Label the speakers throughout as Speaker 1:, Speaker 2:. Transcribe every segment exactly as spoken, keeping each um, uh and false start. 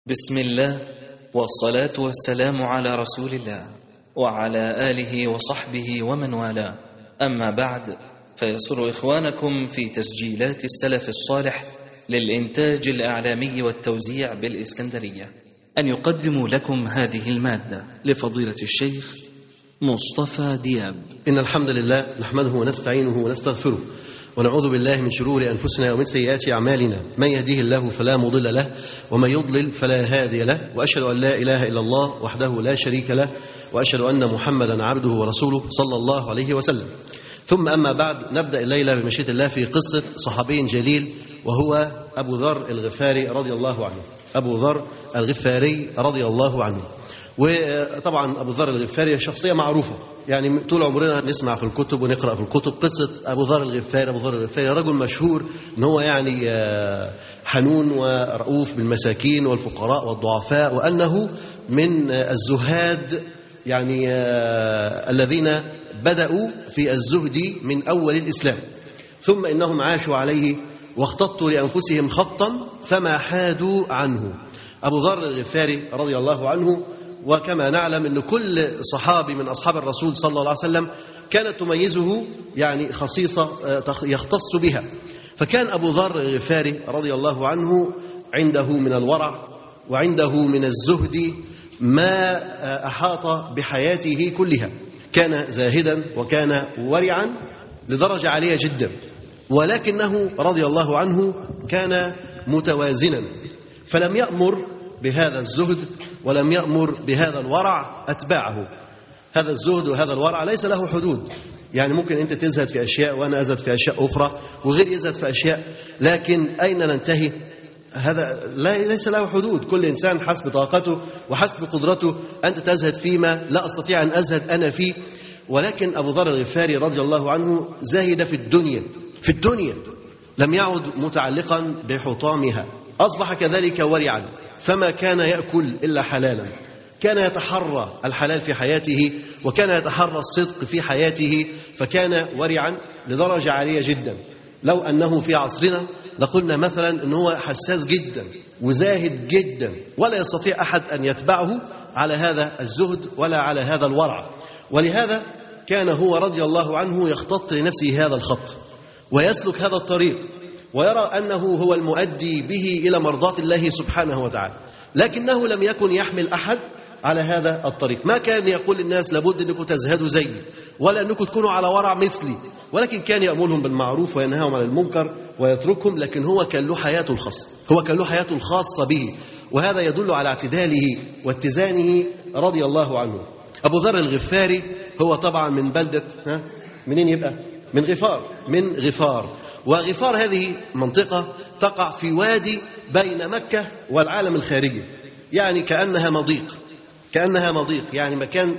Speaker 1: بسم الله والصلاة والسلام على رسول الله وعلى آله وصحبه ومن والاه، أما بعد، فيسر إخوانكم في تسجيلات السلف الصالح للإنتاج الإعلامي والتوزيع بالإسكندرية أن يقدموا لكم هذه المادة لفضيلة الشيخ مصطفى دياب.
Speaker 2: إن الحمد لله نحمده ونستعينه ونستغفره ونعوذ بالله من شرور أنفسنا ومن سيئات أعمالنا، من يهديه الله فلا مضل له ومن يضلل فلا هادي له، وأشهد أن لا إله إلا الله وحده لا شريك له، وأشهد أن محمدا عبده ورسوله صلى الله عليه وسلم. ثم أما بعد، نبدأ الليلة بمشيئة الله في قصة صحابي جليل وهو أبو ذر الغفاري رضي الله عنه. أبو ذر الغفاري رضي الله عنه، وطبعا أبو ذر الغفاري شخصية معروفة، يعني طول عمرنا نسمع في الكتب ونقرأ في الكتب قصة أبو ذر الغفاري. أبو ذر الغفاري رجل مشهور أن هو يعني حنون ورؤوف بالمساكين والفقراء والضعفاء، وأنه من الزهاد يعني الذين بدأوا في الزهد من أول الإسلام، ثم إنهم عاشوا عليه واختطوا لأنفسهم خطا فما حادوا عنه. أبو ذر الغفاري رضي الله عنه، وكما نعلم أن كل صحابي من أصحاب الرسول صلى الله عليه وسلم كانت تميزه يعني خصيصة يختص بها، فكان أبو ذر الغفاري رضي الله عنه عنده من الورع وعنده من الزهد ما أحاط بحياته كلها. كان زاهدا وكان ورعا لدرجة عالية جدا، ولكنه رضي الله عنه كان متوازنا، فلم يأمر بهذا الزهد ولم يأمر بهذا الورع أتباعه. هذا الزهد وهذا الورع ليس له حدود، يعني ممكن أنت تزهد في أشياء وأنا أزهد في أشياء أخرى وغير يزهد في أشياء، لكن أين ننتهي؟ هذا ليس له حدود، كل إنسان حسب طاقته وحسب قدرته. أنت تزهد فيما لا أستطيع أن أزهد أنا فيه. ولكن أبو ذر الغفاري رضي الله عنه زاهد في الدنيا في الدنيا لم يعد متعلقا بحطامها، أصبح كذلك ورعا، فما كان يأكل إلا حلالا، كان يتحرى الحلال في حياته وكان يتحرى الصدق في حياته، فكان ورعا لدرجة عالية جدا. لو أنه في عصرنا لقلنا مثلا أنه حساس جدا وزاهد جدا، ولا يستطيع أحد أن يتبعه على هذا الزهد ولا على هذا الورع. ولهذا كان هو رضي الله عنه يخطط لنفسه هذا الخط ويسلك هذا الطريق، ويرى أنه هو المؤدي به إلى مرضاة الله سبحانه وتعالى، لكنه لم يكن يحمل أحد على هذا الطريق. ما كان يقول للناس لابد أنكم تزهدوا زيي ولا أنكم تكونوا على ورع مثلي، ولكن كان يأمرهم بالمعروف وينهاهم عن المنكر ويتركهم، لكن هو كان له حياته الخاصة، هو كان له حياته الخاصة به، وهذا يدل على اعتداله واتزانه رضي الله عنه. أبو ذر الغفاري هو طبعا من بلدة، ها منين يبقى؟ من غفار، من غفار. وغفار هذه منطقة تقع في وادي بين مكة والعالم الخارجي، يعني كأنها مضيق، كأنها مضيق يعني مكان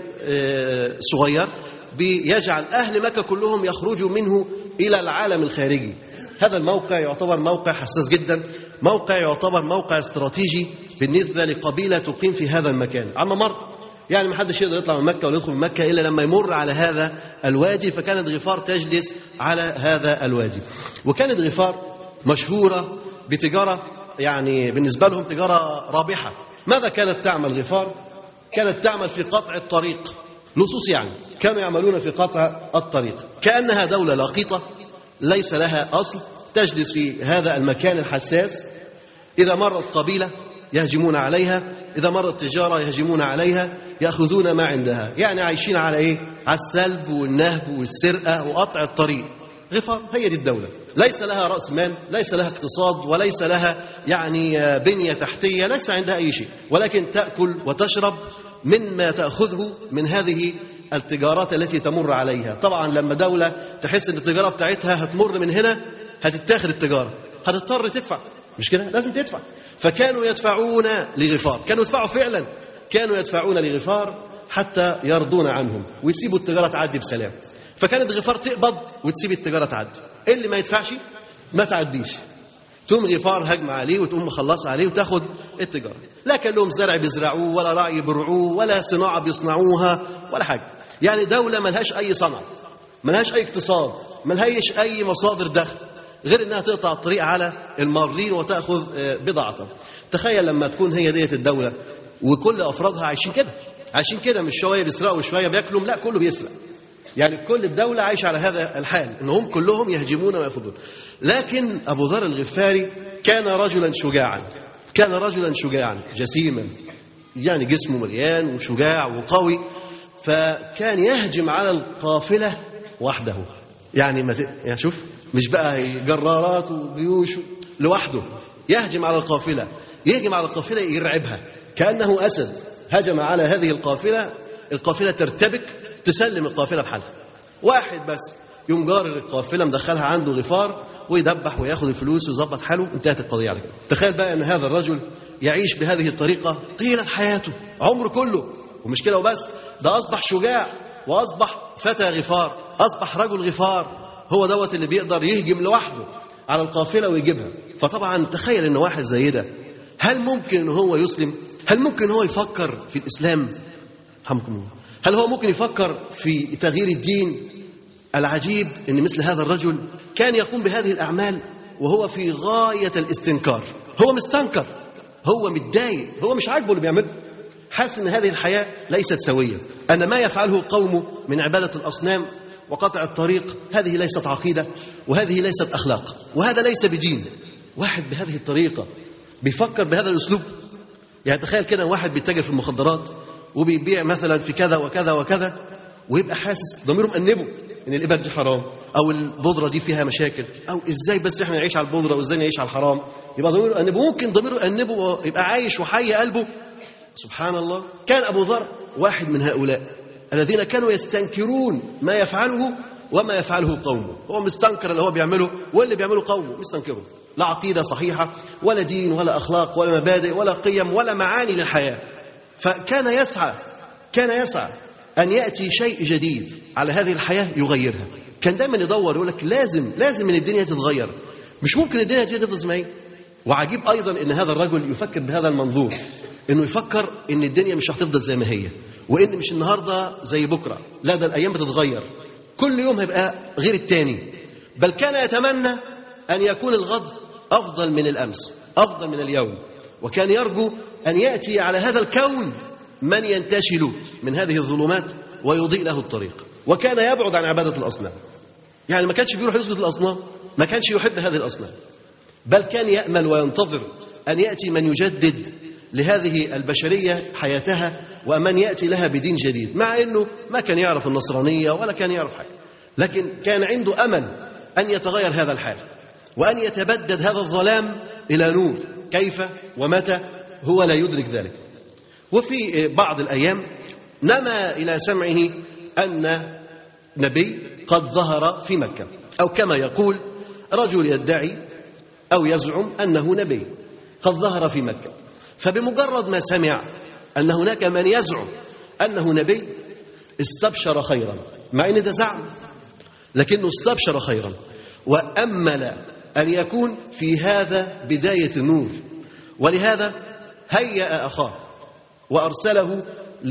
Speaker 2: صغير بيجعل أهل مكة كلهم يخرجوا منه إلى العالم الخارجي. هذا الموقع يعتبر موقع حساس جدا، موقع يعتبر موقع استراتيجي بالنسبة لقبيلة تقيم في هذا المكان. عما مر يعني ما حدش يقدر يطلع من مكة ولا يدخل من مكة إلا لما يمر على هذا الوادي، فكانت غفار تجلس على هذا الوادي. وكانت غفار مشهورة بتجارة يعني بالنسبة لهم تجارة رابحة. ماذا كانت تعمل غفار؟ كانت تعمل في قطع الطريق، لصوص يعني كانوا يعملون في قطع الطريق، كأنها دولة لقيطة ليس لها أصل تجلس في هذا المكان الحساس. إذا مرت قبيلة يهجمون عليها، إذا مرت تجارة يهجمون عليها، يأخذون ما عندها، يعني عايشين على إيه؟ على السلب والنهب والسرقة وقطع الطريق. غفار هي دي الدولة، ليس لها رأس مال، ليس لها اقتصاد، وليس لها يعني بنية تحتية، ليس عندها أي شيء، ولكن تأكل وتشرب مما تأخذه من هذه التجارات التي تمر عليها. طبعا لما دولة تحس أن التجارة بتاعتها هتمر من هنا هتتاخد التجارة، هتضطر تدفع، مش كده؟ لازم تدفع. فكانوا يدفعون لغفار، كانوا يدفعوا فعلا، كانوا يدفعون لغفار حتى يرضون عنهم ويسيبوا التجارة تعدي بسلام. فكانت غفار تقبض وتسيب التجارة تعدي، اللي ما يدفعش ما تعديش، تقوم غفار هجمة عليه وتقوم مخلصة عليه وتاخد التجارة. لا كان لهم زرع بيزرعوه ولا رعي برعوه ولا صناعة بيصنعوها ولا حاجة، يعني دولة ملهاش أي صنعة، ملهاش أي اقتصاد، ملهاش أي مصادر دخل، غير أنها تقطع الطريق على المارين وتأخذ بضاعتها. تخيل لما تكون هي ديت الدولة وكل أفرادها عايشين كده، عايشين كده، مش شوية بيسرقوا وشوية بياكلوا، لا كله بيسرق. يعني كل الدولة عايشة على هذا الحال، أنهم كلهم يهجمون ويأخذون. لكن أبو ذر الغفاري كان رجلا شجاعا، كان رجلا شجاعا جسيما، يعني جسمه مليان وشجاع وقوي، فكان يهجم على القافلة وحده. يعني ما ت... يعني شوف، مش بقى جرارات وجيوش، لوحده يهجم على القافلة، يهجم على القافلة يرعبها كأنه أسد. هجم على هذه القافلة، القافلة ترتبك، تسلم القافلة بحالها. واحد بس يوم جارر القافلة مدخلها عنده غفار ويدبح وياخذ الفلوس ويظبط حاله، انتهت القضية على كده. تخيل بقى أن هذا الرجل يعيش بهذه الطريقة طيلة حياته، عمره كله. ومش كده وبس، ده أصبح شجاع وأصبح فتى غفار، أصبح رجل غفار، هو دوت اللي بيقدر يهجم لوحده على القافلة ويجيبها. فطبعا تخيل أن واحد زي ده هل ممكن أن هو يسلم؟ هل ممكن هو يفكر في الإسلام؟ هل هو ممكن يفكر في تغيير الدين؟ العجيب أن مثل هذا الرجل كان يقوم بهذه الأعمال وهو في غاية الاستنكار. هو مستنكر، هو متضايق، هو مش عاجبه اللي بيعمله، حاسس أن هذه الحياة ليست سوية، أن ما يفعله قومه من عبادة الأصنام وقطع الطريق هذه ليست عقيدة، وهذه ليست أخلاق، وهذا ليس بدين. واحد بهذه الطريقة بيفكر بهذا الأسلوب. يعني تخيل كده واحد بيتاجر في المخدرات وبيبيع مثلا في كذا وكذا وكذا، ويبقى حاسس ضميره مأنبه ان الإبر دي حرام، او البودره دي فيها مشاكل، او ازاي بس احنا نعيش على البودره وازاي نعيش على الحرام. يبقى ضميره مأنبه، ممكن ضميره يأنبه ويبقى عايش وحي قلبه. سبحان الله. كان أبو ذر واحد من هؤلاء الذين كانوا يستنكرون ما يفعله وما يفعله قومه. هو مستنكر اللي هو بيعمله واللي بيعمله قومه مستنكره، لا عقيدة صحيحة ولا دين ولا أخلاق ولا مبادئ ولا قيم ولا معاني للحياة. فكان يسعى كان يسعى أن يأتي شيء جديد على هذه الحياة يغيرها. كان دايما يدور يقول لك لازم لازم من الدنيا تتغير، مش ممكن الدنيا تفضل زي ما هي. وعجيب أيضا أن هذا الرجل يفكر بهذا المنظور، أنه يفكر أن الدنيا مش هتفضل زي ما هي، وأن مش النهاردة زي بكرة، لا ده الأيام بتتغير، كل يوم هيبقى غير التاني. بل كان يتمنى أن يكون الغد أفضل من الأمس، أفضل من اليوم. وكان يرجو أن يأتي على هذا الكون من ينتشل من هذه الظلمات ويضيء له الطريق. وكان يبعد عن عبادة الأصنام، يعني ما كانش بيروح يسجد الأصنام، ما كانش يحب هذه الأصنام، بل كان يأمل وينتظر أن يأتي من يجدد لهذه البشرية حياتها، ومن يأتي لها بدين جديد، مع أنه ما كان يعرف النصرانية ولا كان يعرف حاجة، لكن كان عنده أمل أن يتغير هذا الحال وأن يتبدد هذا الظلام إلى نور. كيف ومتى هو لا يدرك ذلك. وفي بعض الأيام نما إلى سمعه أن نبي قد ظهر في مكة، أو كما يقول رجل يدعي أو يزعم أنه نبي قد ظهر في مكة. فبمجرد ما سمع أن هناك من يزعم أنه نبي استبشر خيرا، مع أن ده زعم لكنه استبشر خيرا، وأمل أن يكون في هذا بداية النور. ولهذا هيأ أخاه وأرسله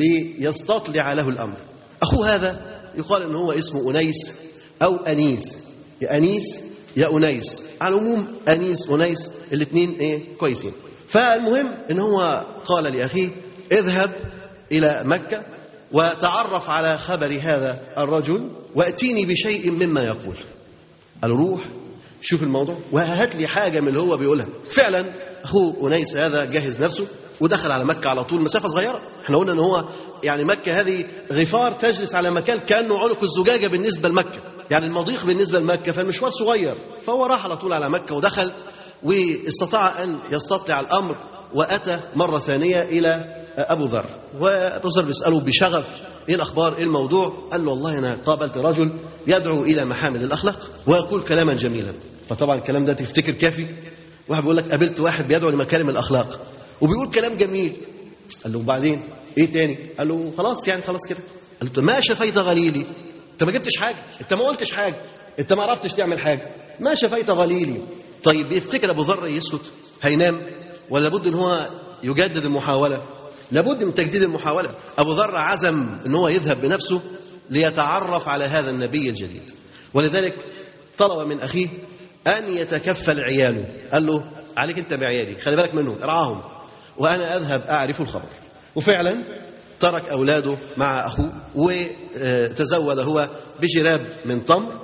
Speaker 2: ليستطلع له الأمر. أخوه هذا يقال أنه هو اسمه أنيس أو أنيس، يا أنيس يا أنيس، على العموم أنيس أنيس الاثنين إيه كويسين. فالمهم أنه هو قال لأخيه اذهب إلى مكة وتعرف على خبر هذا الرجل وأتيني بشيء مما يقول. قال روح شوف الموضوع وهات لي حاجة من اللي هو بيقولها. فعلا أخوه أنيس هذا جهز نفسه ودخل على مكة على طول، مسافة صغيرة. احنا قلنا أنه هو يعني مكة هذه غفار تجلس على مكان كأنه عنق الزجاجة بالنسبة لمكة، يعني المضيق بالنسبة لمكة، فالمشوار صغير. فهو راح على طول على مكة ودخل واستطاع أن يستطلع الأمر، وأتى مرة ثانية إلى أبو ذر. وأبو ذر بيسأله بشغف إيه الأخبار إيه الموضوع؟ قال له والله أنا قابلت رجل يدعو إلى محامل الأخلاق ويقول كلاما جميلا. فطبعا الكلام ده تفتكر كافي؟ واحد بيقول لك قابلت واحد بيدعو لمكارم الأخلاق وبيقول كلام جميل. قال له وبعدين إيه تاني؟ قال له خلاص يعني خلاص كده. قال له ما شفيت غليلي، أنت ما جبتش حاجة، أنت ما قلتش حاجة، أنت ما عرفتش تعمل حاجة، ما شفيت غليلي. طيب يفتكر أبو ذر يسكت هينام ولا لابد أن هو يجدد المحاولة؟ لابد من تجديد المحاولة. أبو ذر عزم أن هو يذهب بنفسه ليتعرف على هذا النبي الجديد، ولذلك طلب من أخيه أن يتكفل عياله. قال له عليك أنت بعيالي، خلي بالك منهم، ارعاهم، وأنا أذهب أعرف الخبر. وفعلا ترك أولاده مع أخوه وتزود هو بجراب من تمر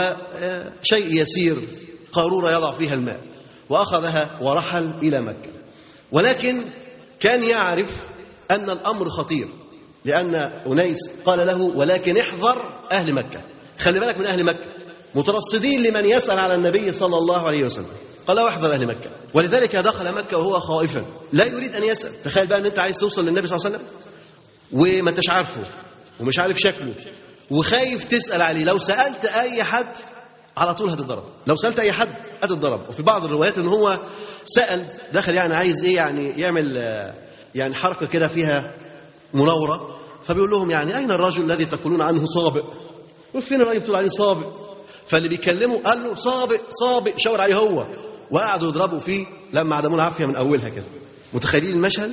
Speaker 2: وشيء يسير، قارورة يضع فيها الماء، وأخذها ورحل إلى مكة. ولكن كان يعرف أن الأمر خطير، لأن أنيس قال له ولكن احذر أهل مكة، خلي بالك من أهل مكة، مترصدين لمن يسأل على النبي صلى الله عليه وسلم. قال له احذر أهل مكة. ولذلك دخل مكة وهو خائفا لا يريد أن يسأل. تخيل بقى أن أنت عايز توصل للنبي صلى الله عليه وسلم وما انتش عارفه ومش عارف شكله وخايف تسأل عليه. لو سألت أي حد على طول هتتضرب، لو سألت أي حد هتتضرب. وفي بعض الروايات أن هو سأل، دخل يعني عايز إيه، يعني يعمل يعني حركة كده فيها مناورة، فبيقول لهم يعني أين الرجل الذي تقولون عنه صابئ؟ وفين الراجل بتقول عليه صابئ؟ فاللي بيكلمه قال له صابئ صابئ، شاور عليه هو، وقعدوا يضربوا فيه لما عدموا العافية من أولها كده. متخيلين المشهد؟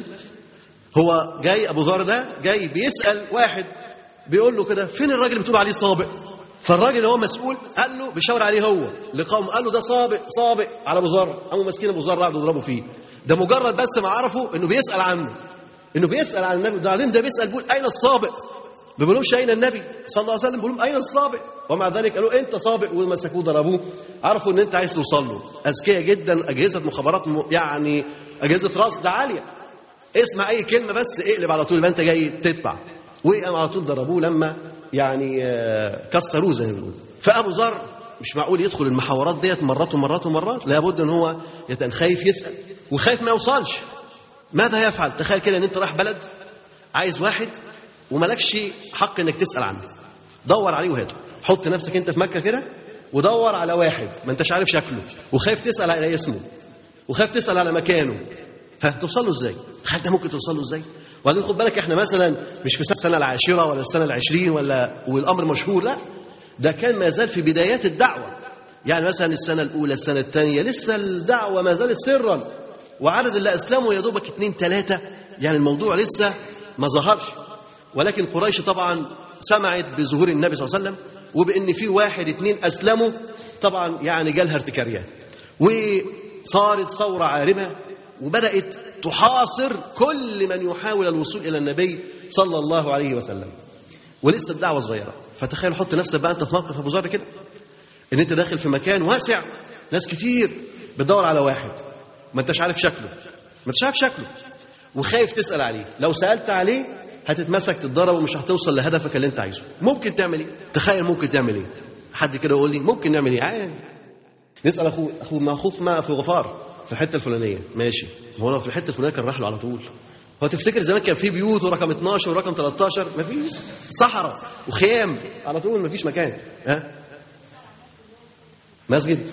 Speaker 2: هو جاي أبو ذر ده جاي بيسأل واحد بيقول له كده فين الراجل اللي بتقول عليه صابئ؟ فالراجل اللي هو مسؤول قال له بيشاور عليه هو لقوم، قال له ده صابئ صابئ على أبو ذر. قاموا ماسكين أبو ذر قعدوا يضربوا فيه. ده مجرد بس ما عرفوا إنه بيسأل عنه، إنه بيسأل عن النبي. بعدين ده بيسأل بيقول أين الصابئ؟ ما بيقولوش أين النبي صلى الله عليه وسلم، بيقولوا أين الصابئ؟ ومع ذلك قالوا أنت صابئ، ومسكوه ضربوه. عرفوا إن أنت عايز توصل له. أذكياء جدا، أجهزة مخابرات م... يعني أجهزة رصد عالية. اسمع أي كلمة بس اقلب على طول، يبقى أنت جاي تتبع. وقام على طول ضربوه لما يعني كسروه زي ما بيقولوا. فأبو ذر مش معقول يدخل المحاورات ديت مرات ومرات ومرات، لابد ان هو يتن خايف يسأل وخايف ما يوصلش. ماذا يفعل؟ تخيل كده ان انت رايح بلد عايز واحد وملكش حق انك تسأل عنه، دور عليه وهاته. حط نفسك انت في مكة كده ودور على واحد ما انتش عارف شكله وخايف تسأل على اسمه وخايف تسأل على مكانه، ها توصل له ازاي؟ تخيل ده ممكن توصل له ازاي؟ وبعدين خد بالك احنا مثلا مش في السنة العاشرة ولا السنة العشرين ولا والامر مشهور، لا ده كان ما زال في بدايات الدعوة. يعني مثلا السنة الأولى السنة الثانية لسه الدعوة ما زالت سرا، وعدد اللي أسلموا يا دوبك اتنين ثلاثة، يعني الموضوع لسه ما ظهرش. ولكن قريش طبعا سمعت بظهور النبي صلى الله عليه وسلم وبأن في واحد اتنين أسلموا، طبعا يعني جالها ارتكاريات وصارت ثورة عارمة وبدأت تحاصر كل من يحاول الوصول إلى النبي صلى الله عليه وسلم، ولسه الدعوة صغيرة. فتخيل حط نفسك بقى أنت في موقف أبو ذر كده، إن أنت داخل في مكان واسع، ناس كتير بتدور على واحد ما أنتش عارف شكله ما أنتش عارف شكله وخايف تسأل عليه. لو سألت عليه هتتمسك تتضرب ومش هتوصل لهدفك اللي أنت عايزه. ممكن تعمل إيه؟ تخيل ممكن تعمل إيه؟ حد كده يقول لي ممكن نعمل إيه؟ عادي نسأل أخوه أخوه ما أخوه ما في غفار في الحتة الفلانية، ماشي، هو لو في الحتة الفلانية كان راح له على طول. هو تفتكر زمان كان في بيوت ورقم اتناشر ورقم تلتاشر؟ مفيش، صحراء وخيام على طول، مفيش مكان. ها مسجد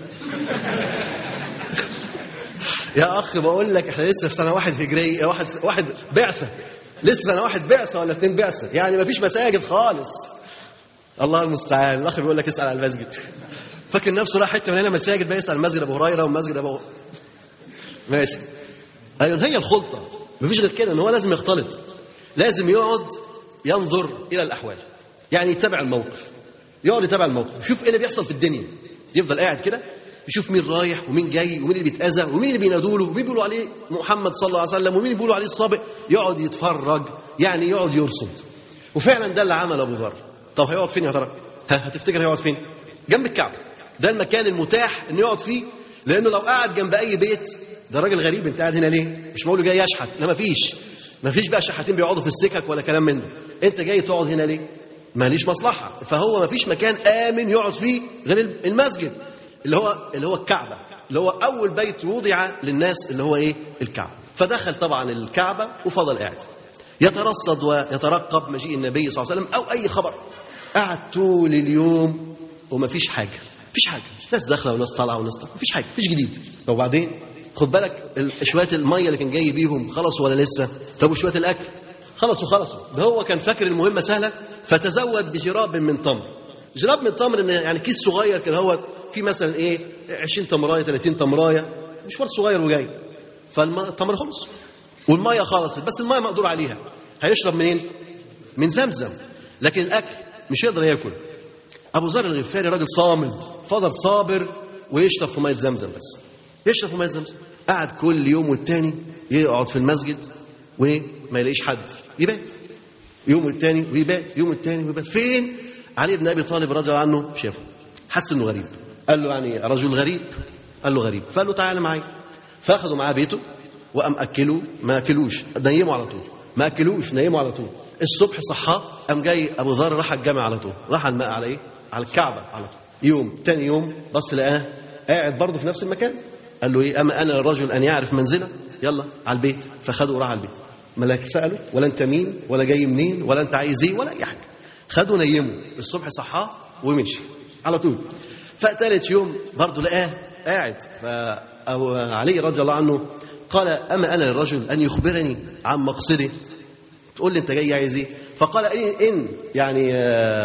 Speaker 2: يا أخ بقول لك احنا لسه في سنة واحد هجرية، واحد واحد بعثة، لسه سنة واحد بعثة ولا اتنين بعثة، يعني مفيش مساجد خالص. الله المستعان. الأخ بيقول لك اسأل على المسجد، فاكر نفسه راح حتة من هنا مساجد بقى يسأل مسجد أبو هريرة ومسجد أبو ماشي. أيوة هي الخلطة، مفيش غير كده، ان هو لازم يختلط، لازم يقعد ينظر الى الاحوال، يعني يتابع الموقف، يقعد يتابع الموقف، يشوف ايه اللي بيحصل في الدنيا، يفضل قاعد كده يشوف مين رايح ومين جاي ومين اللي بيتاذى ومين اللي بينادوا له ومين بيقولوا عليه محمد صلى الله عليه وسلم ومين اللي بيقولوا عليه الصابئ، يقعد يتفرج، يعني يقعد يرصد. وفعلا ده اللي عمل ابو ذر. طب هيقعد فين يا ترى؟ ها هتفتكر هيقعد فين؟ جنب الكعبه، ده المكان المتاح انه يقعد فيه، لانه لو قعد جنب اي بيت ده راجل غريب، انت قاعد هنا ليه؟ مش معقول جاي يشحت، لا مفيش مفيش بقى شحاتين بيقعدوا في السكك ولا كلام من ده، انت جاي تقعد هنا ليه؟ ماليش مصلحه. فهو مفيش مكان امن يقعد فيه غير المسجد اللي هو اللي هو الكعبه، اللي هو اول بيت وضع للناس، اللي هو ايه؟ الكعبه. فدخل طبعا الكعبه وفضل قاعد يترصد ويترقب مجيء النبي صلى الله عليه وسلم او اي خبر. قعد طول اليوم ومفيش حاجه، مفيش حاجه، ناس داخله وناس طالعه وناس طالعه، مفيش حاجه، مفيش جديد. طب وبعدين خد بالك شويه الميه اللي كان جاي بيهم خلصوا ولا لسه؟ طب وشويه الاكل خلصوا خلصوا. ده هو كان فاكر المهمه سهله، فتزود بجراب من تمر. جراب من تمر ان يعني كيس صغير كده، هو في مثلا ايه عشرين تمرايه ثلاثين تمرايه، مشوار صغير وجاي. فالتمر خلص والميه خلصت، بس الميه مقدور عليها، هيشرب منين؟ من زمزم، لكن الاكل مش يقدر ياكل. ابو ذر الغفاري راجل صامد، فضل صابر ويشرب في ميه زمزم بس، يشرب في ميه زمزم. قعد كل يوم والتاني يقعد في المسجد وما يلاقيش حد، يبات يوم والتاني ويبات يوم والتاني ويبات. فين علي بن ابي طالب رضي الله عنه؟ شافه، حس انه غريب، قال له يعني رجل غريب، قال له غريب، فقال له تعالى معايا. فاخده معاه بيته وقام اكله، ما اكلوش، نيمه على طول، ما اكلوش نيمه على طول. الصبح صحاه، قام جاي ابو ذر راح الجامع على طول، راح الماء على ايه؟ على الكعبه على طول. يوم تاني يوم بص لقاه قاعد برضه في نفس المكان. قال له ايه؟ اما انا الرجل ان يعرف منزله، يلا على البيت. فخده وراح على البيت، ملاك ساله ولا انت مين ولا جاي منين ولا انت عايز ايه ولا اي حاجه. خده نيمه، الصبح صحاه ومشي على طول. فثالث يوم برضه لقاه قاعد. فعلي رضي الله عنه قال اما انا الرجل ان يخبرني عن مقصدي، تقول لي انت جاي عايز ايه؟ فقال ان يعني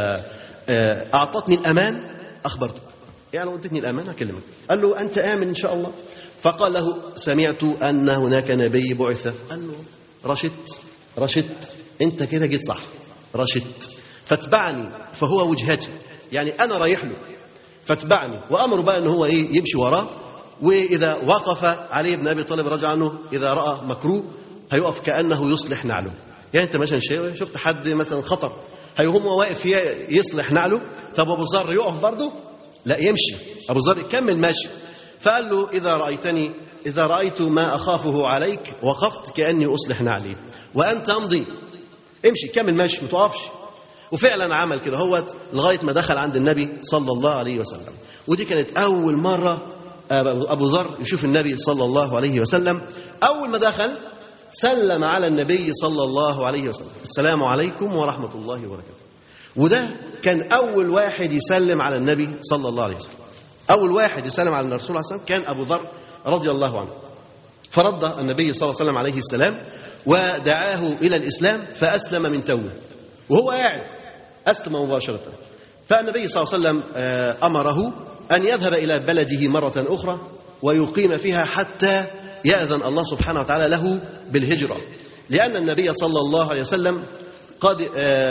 Speaker 2: اعطتني الامان اخبرتك، يعني لو ادتني الامان هكلمك. قال له انت امن ان شاء الله. فقال له سمعت ان هناك نبي بعث. قال له رشدت رشدت، انت كده جيت صح، رشدت، فاتبعني فهو وجهتي، يعني انا رايح له فاتبعني. وامره بقى ان هو ايه؟ يمشي وراه. واذا وقف علي بن ابي طالب رضي عنه اذا راى مكروه هيقف كانه يصلح نعله. يعني انت مثلا شفت حد مثلا خطر، هيقوم واقف يصلح نعله. طب ابو ذر يقف برضه؟ لا، يمشي ابو ذر يكمل ماشي. فقال له اذا رايتني اذا رايت ما اخافه عليك وقفت كاني اصلح نعلي، وانت امضي، امشي كمل ماشي ما تقفش. وفعلا عمل كده هو لغايه ما دخل عند النبي صلى الله عليه وسلم. ودي كانت اول مره ابو ذر يشوف النبي صلى الله عليه وسلم. اول ما دخل سلم على النبي صلى الله عليه وسلم، السلام عليكم ورحمه الله وبركاته. وده كان اول واحد يسلم على النبي صلى الله عليه وسلم. اول واحد يسلم على الرسول عليه السلام كان ابو ذر رضي الله عنه. فرد النبي صلى الله عليه وسلم عليه السلام ودعاه الى الاسلام، فاسلم من توه وهو قاعد، اسلم مباشره. فالنبي صلى الله عليه وسلم امره ان يذهب الى بلده مره اخرى ويقيم فيها حتى ياذن الله سبحانه وتعالى له بالهجره، لان النبي صلى الله عليه وسلم قد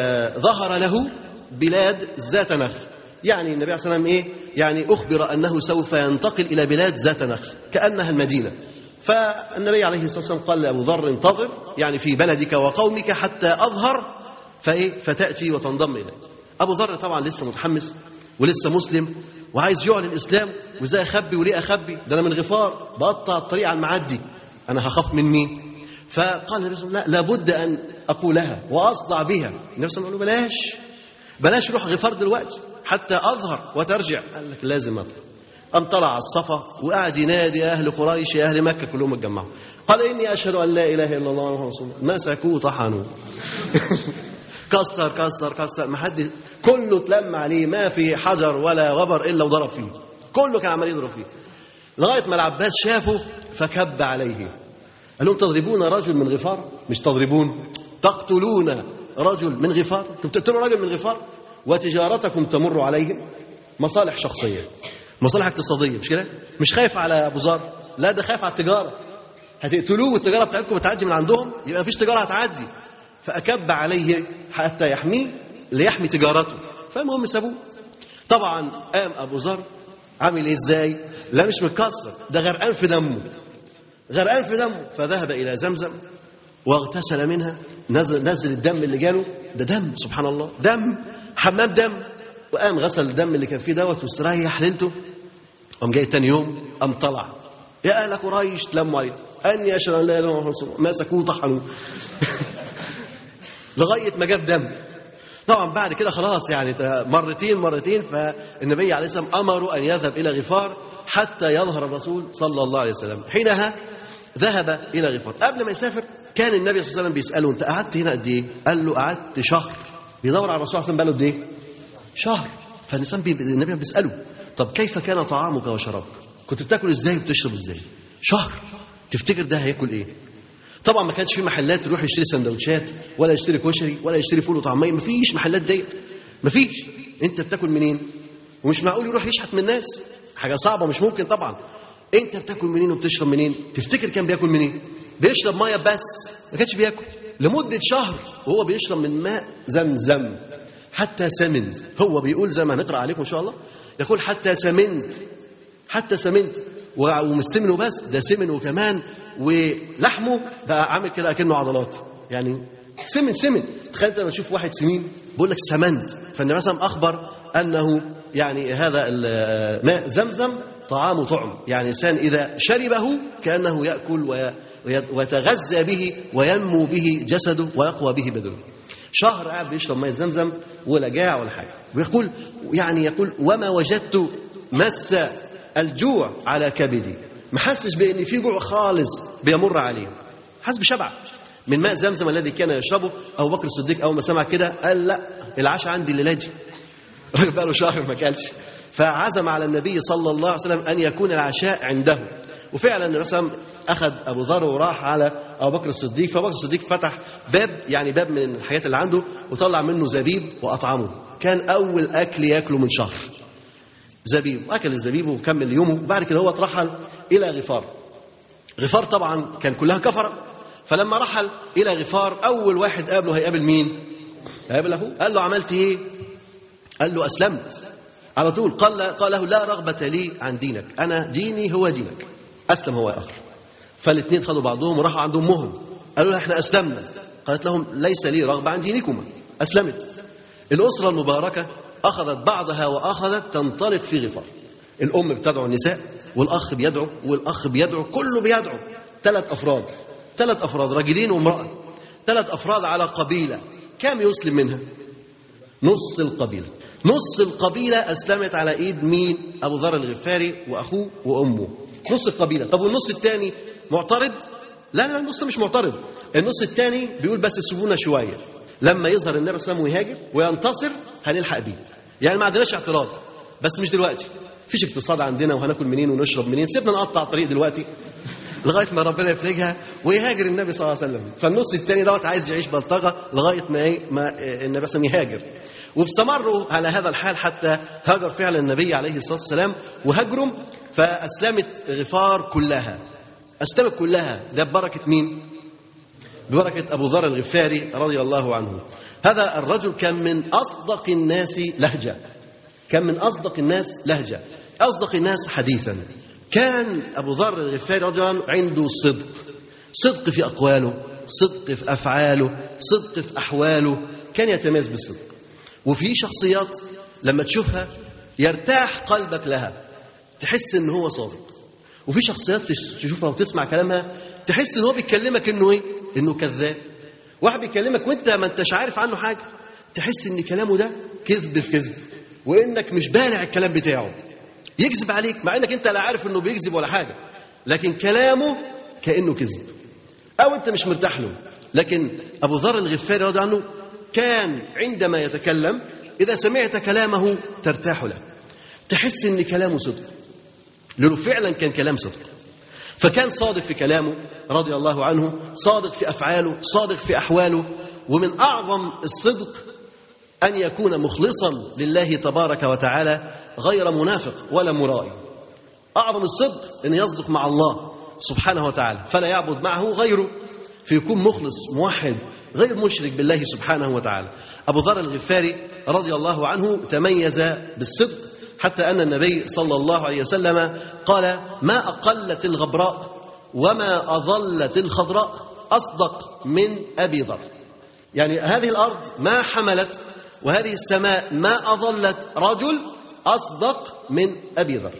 Speaker 2: ظهر له بلاد ذات نخل. يعني النبي عليه الصلاه والسلام ايه؟ يعني اخبر انه سوف ينتقل الى بلاد ذات نخل كانها المدينه. فالنبي عليه الصلاه والسلام قال لابو ذر انتظر يعني في بلدك وقومك حتى اظهر فايه فتاتي وتنضم الي. ابو ذر طبعا لسه متحمس ولسه مسلم وعايز يعلن الاسلام، وازاي اخبي وليه اخبي؟ ده انا من غفار بقطع الطريق على المعدي، انا هخاف من مين؟ فقال النبي صلى الله عليه وسلم لا لابد ان اقولها واصدع بها. النبي صلى الله عليه وسلم قال له بلاش بلاش روح غفار دلوقتي حتى اظهر وترجع. قال لك لازم اطلع. قام طلع على الصفا وقعد ينادي يا اهل قريش يا اهل مكه كلهم اتجمعوا. قال اني اشهد ان لا اله الا الله محمد رسول الله. مسكوه طحنوه كسر كسر كسر، ما حد، كله اتلم عليه، ما في حجر ولا غبر الا وضرب فيه، كله كان عمال يضرب فيه لغايه ما العباس شافه فكب عليه. قال لهم تضربون رجل من غفار؟ مش تضربون، تقتلون رجل من غفار؟ انتم بتقتلوا رجل من غفار وتجارتكم تمر عليهم. مصالح شخصيه، مصالح اقتصاديه، مش كده؟ مش خايف على ابو ذر، لا ده خايف على التجاره، هتقتلوه والتجاره بتاعتكم بتعدي من عندهم، يبقى مفيش تجاره هتعدي. فاكب عليه حتى يحميه ليحمي تجارته. فالمهم سابوه. طبعا قام ابو ذر عامل ايه ازاي؟ لا مش متكسر، ده غرقان في دمه، غرقان في دمه. فذهب الى زمزم واغتسل منها، نزل نزل الدم اللي جاله، ده دم سبحان الله، دم، حمام دم. وقام غسل الدم اللي كان فيه دوت واستريح ليلته. قام جاي تاني يوم قام طلع يا اهل قريش تلموا عليه اني اشهد ان لا اله الا الله، مسكوه طحنوه لغايه ما جاب دم. طبعا بعد كده خلاص يعني مرتين مرتين فالنبي عليه السلام امره ان يذهب الى غفار حتى يظهر الرسول صلى الله عليه وسلم. حينها ذهب الى غفار. قبل ما يسافر كان النبي صلى الله عليه وسلم بيساله انت قعدت هنا قد ايه؟ قال له قعدت شهر. بيدور على الرسول صلى الله عليه وسلم بقاله قد ايه؟ شهر. فالنسان بي... النبي بيساله طب كيف كان طعامك وشرابك؟ كنت بتاكل ازاي وبتشرب ازاي؟ شهر. تفتكر ده هياكل ايه؟ طبعا ما كانش في محلات يروح يشتري سندوتشات ولا يشتري كشري ولا يشتري فول وطعميه، ما فيش محلات ديت، ما فيش. انت بتاكل منين؟ ومش معقول يروح يشحت من الناس، حاجه صعبه مش ممكن طبعا. انت بتاكل منين وبتشرب منين؟ تفتكر كان بياكل منين؟ بيشرب ميه بس، ما كانش بياكل لمده شهر وهو بيشرب من ماء زمزم حتى سمن. هو بيقول زي ما هنقرا عليكم ان شاء الله، يقول حتى سمنت حتى سمنت. ومش سمن وبس، ده سمن وكمان ولحمه بقى عامل كده كأنه عضلات، يعني سمن سمن. تخيل لما تشوف واحد سمين بيقول لك سمنت. فالنبي مثلا أخبر أنه يعني هذا الماء زمزم طعام طعم، يعني إنسان إذا شربه كأنه يأكل ويتغذى به وينمو به جسده ويقوى به بدنه. شهر قاعد بيشرب ماء زمزم ولا جاع ولا حاجة. ويقول يعني يقول وما وجدت مس الجوع على كبدي، ما حسش بأن في جوع خالص بيمر عليه، حس بشبع من ماء زمزم الذي كان يشربه. أبو بكر الصديق أول ما سمع كده قال لا، العشاء عندي الليلة دي. الراجل بقى له شهر ما كلش، فعزم على النبي صلى الله عليه وسلم أن يكون العشاء عنده. وفعلا النبي صلى الله عليه وسلم أخذ أبو ذر وراح على أبو بكر الصديق. فأبو بكر الصديق فتح باب، يعني باب من الحاجات اللي عنده، وطلع منه زبيب وأطعمه. كان أول أكل يأكله من شهر زبيب، وأكل الزبيب وكمل يومه. وبعد كده هو ترحل إلى غفار. غفار طبعا كان كلها كفرة، فلما رحل إلى غفار أول واحد قابله هيقابل مين؟ هيقابل أخوه. قال له عملت إيه؟ قال له أسلمت على طول. قال قال له لا رغبة لي عن دينك، أنا ديني هو دينك. أسلم هو آخر. فالاثنين خدوا بعضهم وراحوا عند أمهم، قالوا لها إحنا أسلمنا. قالت لهم ليس لي رغبة عن دينكما، أسلمت. الأسرة المباركة أخذت بعضها وأخذت تنطلق في غفار. الأم بتدعو النساء، والأخ بيدعو، والأخ بيدعو، كله بيدعو. ثلاث أفراد ثلاث أفراد رجلين وامرأة، ثلاث أفراد على قبيلة. كم يسلم منها؟ نص القبيلة. نص القبيلة أسلمت على إيد مين؟ أبو ذر الغفاري وأخوه وأمه. نص القبيلة. طب والنص الثاني معترض؟ لا لا، النص مش معترض. النص الثاني بيقول بس سيبونا شوية، لما يظهر النبي صلى الله عليه وسلم ويهاجر وينتصر هنلحق بيه. يعني ما عندناش اعتراض، بس مش دلوقتي. فيش اقتصاد عندنا وهناكل منين ونشرب منين، سيبنا نقطع الطريق دلوقتي لغايه ما ربنا يفرجها ويهاجر النبي صلى الله عليه وسلم. فالنص الثاني دوت عايز يعيش بلطجه لغايه ما ايه ما النبي صلى الله عليه وسلم يهاجر. واستمروا على هذا الحال حتى هاجر فعلا النبي عليه الصلاه والسلام وهاجروا. فاسلمت غفار كلها، اسلمت كلها. ده ببركه مين؟ ببركه ابو ذر الغفاري رضي الله عنه. هذا الرجل كان من اصدق الناس لهجه، كان من اصدق الناس لهجه، اصدق الناس حديثا. كان أبو ذر الغفاري رضي الله عنه عنده صدق، صدق في أقواله، صدق في أفعاله، صدق في أحواله. كان يتميز بالصدق. وفي شخصيات لما تشوفها يرتاح قلبك لها، تحس إن هو صادق. وفي شخصيات تشوفها وتسمع كلامها تحس إن هو بيكلمك إنه إيه؟ إنه كذاب. واحد بيكلمك وإنت ما أنتش عارف عنه حاجة، تحس إن كلامه ده كذب في كذب، وإنك مش بالع الكلام بتاعه، يكذب عليك مع انك انت لا عارف انه بيكذب ولا حاجه، لكن كلامه كانه كذب او انت مش مرتاح له. لكن ابو ذر الغفاري رضي الله عنه كان عندما يتكلم اذا سمعت كلامه ترتاح له، تحس ان كلامه صدق، لانه فعلا كان كلام صدق. فكان صادق في كلامه رضي الله عنه، صادق في افعاله، صادق في احواله. ومن اعظم الصدق ان يكون مخلصا لله تبارك وتعالى غير منافق ولا مرائي. أعظم الصدق أن يصدق مع الله سبحانه وتعالى فلا يعبد معه غيره، فيكون مخلص موحد غير مشرك بالله سبحانه وتعالى. أبو ذر الغفاري رضي الله عنه تميز بالصدق، حتى أن النبي صلى الله عليه وسلم قال ما أقلت الغبراء وما أظلت الخضراء أصدق من أبي ذر. يعني هذه الأرض ما حملت وهذه السماء ما أظلت رجل أصدق من أبي ذر،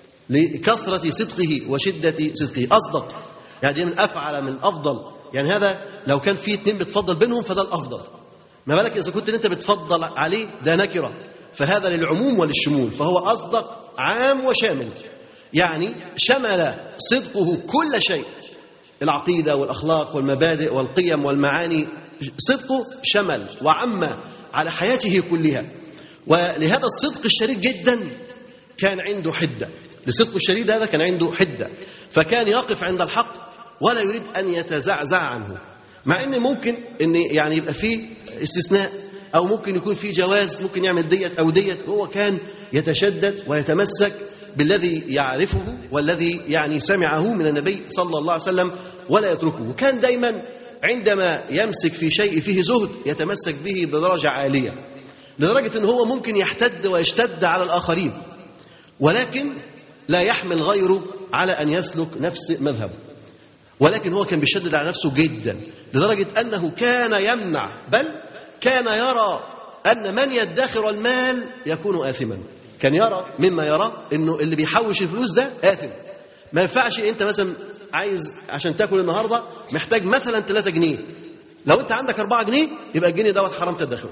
Speaker 2: لكثرة صدقه وشدة صدقه. أصدق يعني من أفعل من أفضل. يعني هذا لو كان في اتنين بتفضل بينهم فده الأفضل، ما بالك إذا كنت أنت بتفضل عليه، ده نكرة، فهذا للعموم وللشمول، فهو أصدق عام وشامل. يعني شمل صدقه كل شيء، العقيدة والأخلاق والمبادئ والقيم والمعاني، صدقه شمل وعم على حياته كلها. ولهذا الصدق الشديد جدا كان عنده حدة، لصدقه الشديد هذا كان عنده حدة، فكان يقف عند الحق ولا يريد أن يتزعزع عنه. مع أن ممكن أن يعني يبقى فيه استثناء أو ممكن يكون فيه جواز، ممكن يعمل ديت أو ديت، هو كان يتشدد ويتمسك بالذي يعرفه والذي يعني سمعه من النبي صلى الله عليه وسلم ولا يتركه. وكان دايما عندما يمسك في شيء فيه زهد يتمسك به بدرجة عالية، لدرجة أنه هو ممكن يحتد ويشتد على الآخرين، ولكن لا يحمل غيره على أن يسلك نفس مذهبه، ولكن هو كان بيشدد على نفسه جدا لدرجة أنه كان يمنع، بل كان يرى أن من يدخر المال يكون آثما. كان يرى مما يرى أنه اللي بيحوش الفلوس ده آثم. ما ينفعش أنت مثلا عايز عشان تاكل النهاردة محتاج مثلا ثلاثة جنيه، لو أنت عندك أربعة جنيه يبقى الجنيه دوت حرام تدخره.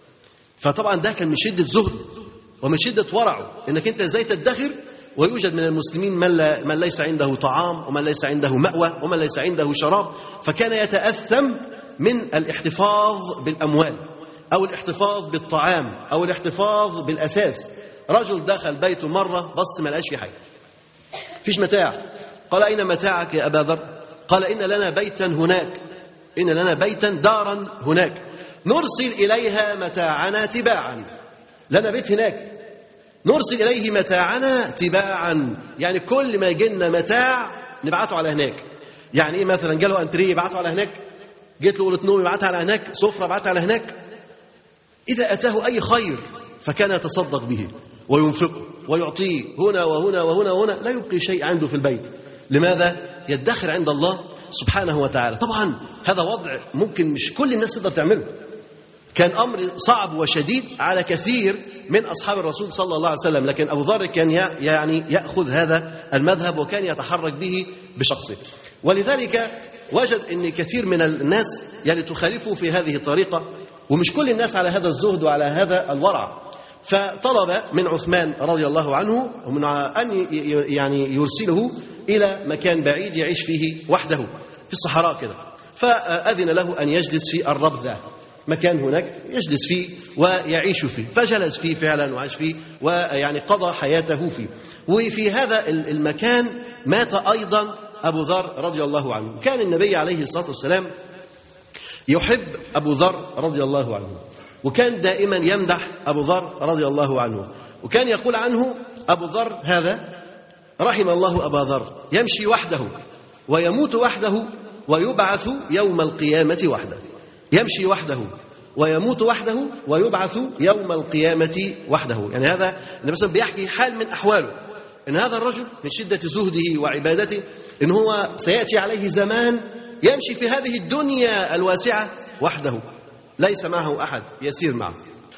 Speaker 2: فطبعا ده كان من شدة زهد ومن شدة ورعه، أنك أنت إزاي تدخر ويوجد من المسلمين من, لا من ليس عنده طعام ومن ليس عنده مأوى ومن ليس عنده شراب، فكان يتأثم من الاحتفاظ بالأموال أو الاحتفاظ بالطعام أو الاحتفاظ بالأساس. رجل دخل بيته مرة بص ما لقاش فيه حاجة، فيش متاع. قال أين متاعك يا أبا ذر؟ قال إن لنا بيتا هناك، إن لنا بيتا دارا هناك نرسل إليها متاعنا تباعا. لنا بيت هناك نرسل إليه متاعنا تباعا، يعني كل ما يجينا متاع نبعته على هناك. يعني إيه؟ مثلا جاله أنتريه يبعته على هناك، جيت له أوضة نوم يبعتها على هناك، سفرة يبعتها على هناك. إذا أتاه أي خير فكان يتصدق به وينفقه ويعطيه هنا وهنا وهنا وهنا، لا يبقي شيء عنده في البيت. لماذا؟ يدخر عند الله سبحانه وتعالى. طبعا هذا وضع ممكن مش كل الناس تقدر تعمله، كان أمر صعب وشديد على كثير من أصحاب الرسول صلى الله عليه وسلم، لكن أبو ذر كان يعني يأخذ هذا المذهب وكان يتحرك به بشخصه. ولذلك وجد أن كثير من الناس يعني تخالفه في هذه الطريقة، ومش كل الناس على هذا الزهد وعلى هذا الورع. فطلب من عثمان رضي الله عنه ومن أن يعني يرسله إلى مكان بعيد يعيش فيه وحده في الصحراء كده، فأذن له أن يجلس في الربذة، مكان هناك يجلس فيه ويعيش فيه. فجلس فيه فعلا وعاش فيه ويعني قضى حياته فيه. وفي هذا المكان مات أيضا أبو ذر رضي الله عنه. كان النبي عليه الصلاة والسلام يحب أبو ذر رضي الله عنه، وكان دائما يمدح أبو ذر رضي الله عنه، وكان يقول عنه أبو ذر هذا رحم الله أبا ذر يمشي وحده ويموت وحده ويبعث يوم القيامة وحده. يمشي وحده ويموت وحده ويبعث يوم القيامة وحده. يعني هذا النبي مثلا بيحكي حال من أحواله، إن هذا الرجل من شدة زهده وعبادته إن هو سيأتي عليه زمان يمشي في هذه الدنيا الواسعة وحده ليس معه أحد يسير معه،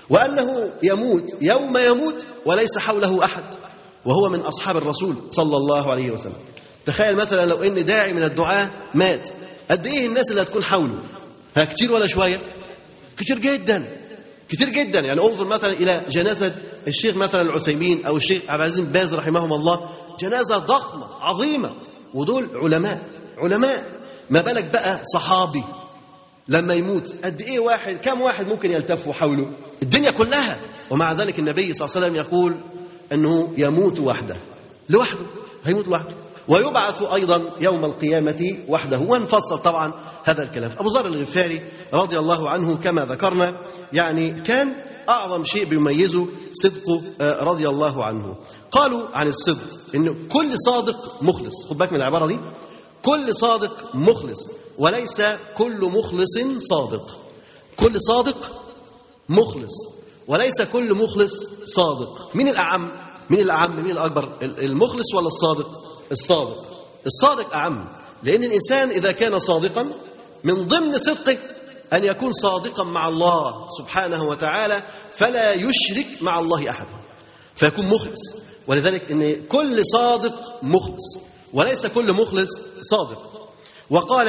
Speaker 2: وأنه يموت يوم يموت وليس حوله أحد، وهو من أصحاب الرسول صلى الله عليه وسلم. تخيل مثلا لو إن داعي من الدعاة مات، قد إيه الناس اللي هتكون حوله؟ فكتير ولا شوية؟ كتير جدا كتير جدا. يعني انظر مثلا إلى جنازة الشيخ مثلا العثيمين أو الشيخ عبد العزيز بن باز رحمهم الله، جنازة ضخمة عظيمة، ودول علماء علماء ما بالك بقى صحابي لما يموت قد إيه واحد، كم واحد ممكن يلتف حوله؟ الدنيا كلها. ومع ذلك النبي صلى الله عليه وسلم يقول أنه يموت وحده، لوحده هيموت لوحده، ويبعث أيضا يوم القيامة وحده. وانفصل طبعا هذا الكلام. أبو ذر الغفاري رضي الله عنه كما ذكرنا يعني كان أعظم شيء بيميزه صدقه رضي الله عنه. قالوا عن الصدق إن كل صادق مخلص، خد بالك من العبارة دي، كل صادق مخلص وليس كل مخلص صادق. كل صادق مخلص وليس كل مخلص صادق. مين الأعم؟ مين الأعم؟ مين الأكبر؟ المخلص ولا الصادق؟ الصادق. الصادق أعم، لأن الإنسان إذا كان صادقا من ضمن صدقه أن يكون صادقا مع الله سبحانه وتعالى فلا يشرك مع الله أحدا، فيكون مخلص. ولذلك إن كل صادق مخلص وليس كل مخلص صادق. وقال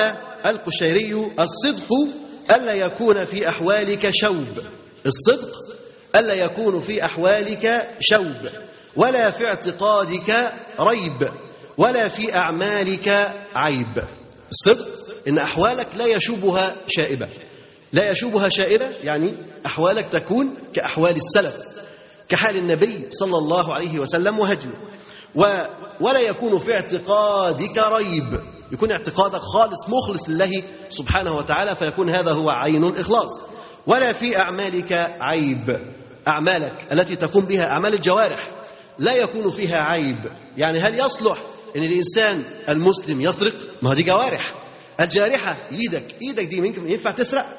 Speaker 2: القشيري الصدق ألا يكون في أحوالك شوب، الصدق ألا يكون في أحوالك شوب ولا في اعتقادك ريب ولا في أعمالك عيب. الصدق إن أحوالك لا يشوبها شائبة، لا يشوبها شائبة يعني أحوالك تكون كأحوال السلف، كحال النبي صلى الله عليه وسلم وهديه. و ولا يكون في اعتقادك ريب، يكون اعتقادك خالص مخلص لله سبحانه وتعالى، فيكون هذا هو عين الإخلاص. ولا في أعمالك عيب، أعمالك التي تقوم بها أعمال الجوارح لا يكون فيها عيب. يعني هل يصلح أن الإنسان المسلم يسرق؟ ما دي جوارح، الجارحة إيدك إيدك دي ممكن ينفع تسرق؟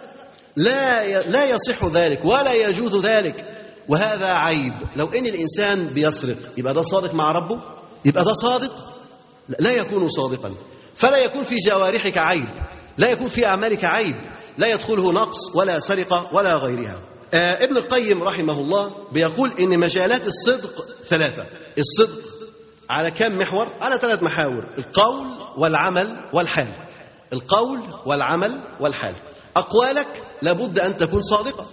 Speaker 2: لا لا يصح ذلك ولا يجوز ذلك، وهذا عيب. لو أن الإنسان بيسرق يبقى ده صادق مع ربه؟ يبقى ده صادق؟ لا يكون صادقا. فلا يكون في جوارحك عيب، لا يكون في أعمالك عيب، لا يدخله نقص ولا سرقة ولا غيرها. آه ابن القيم رحمه الله بيقول إن مجالات الصدق ثلاثة. الصدق على كم محور؟ على ثلاث محاور: القول والعمل والحال. القول والعمل والحال. أقوالك لابد أن تكون صادقة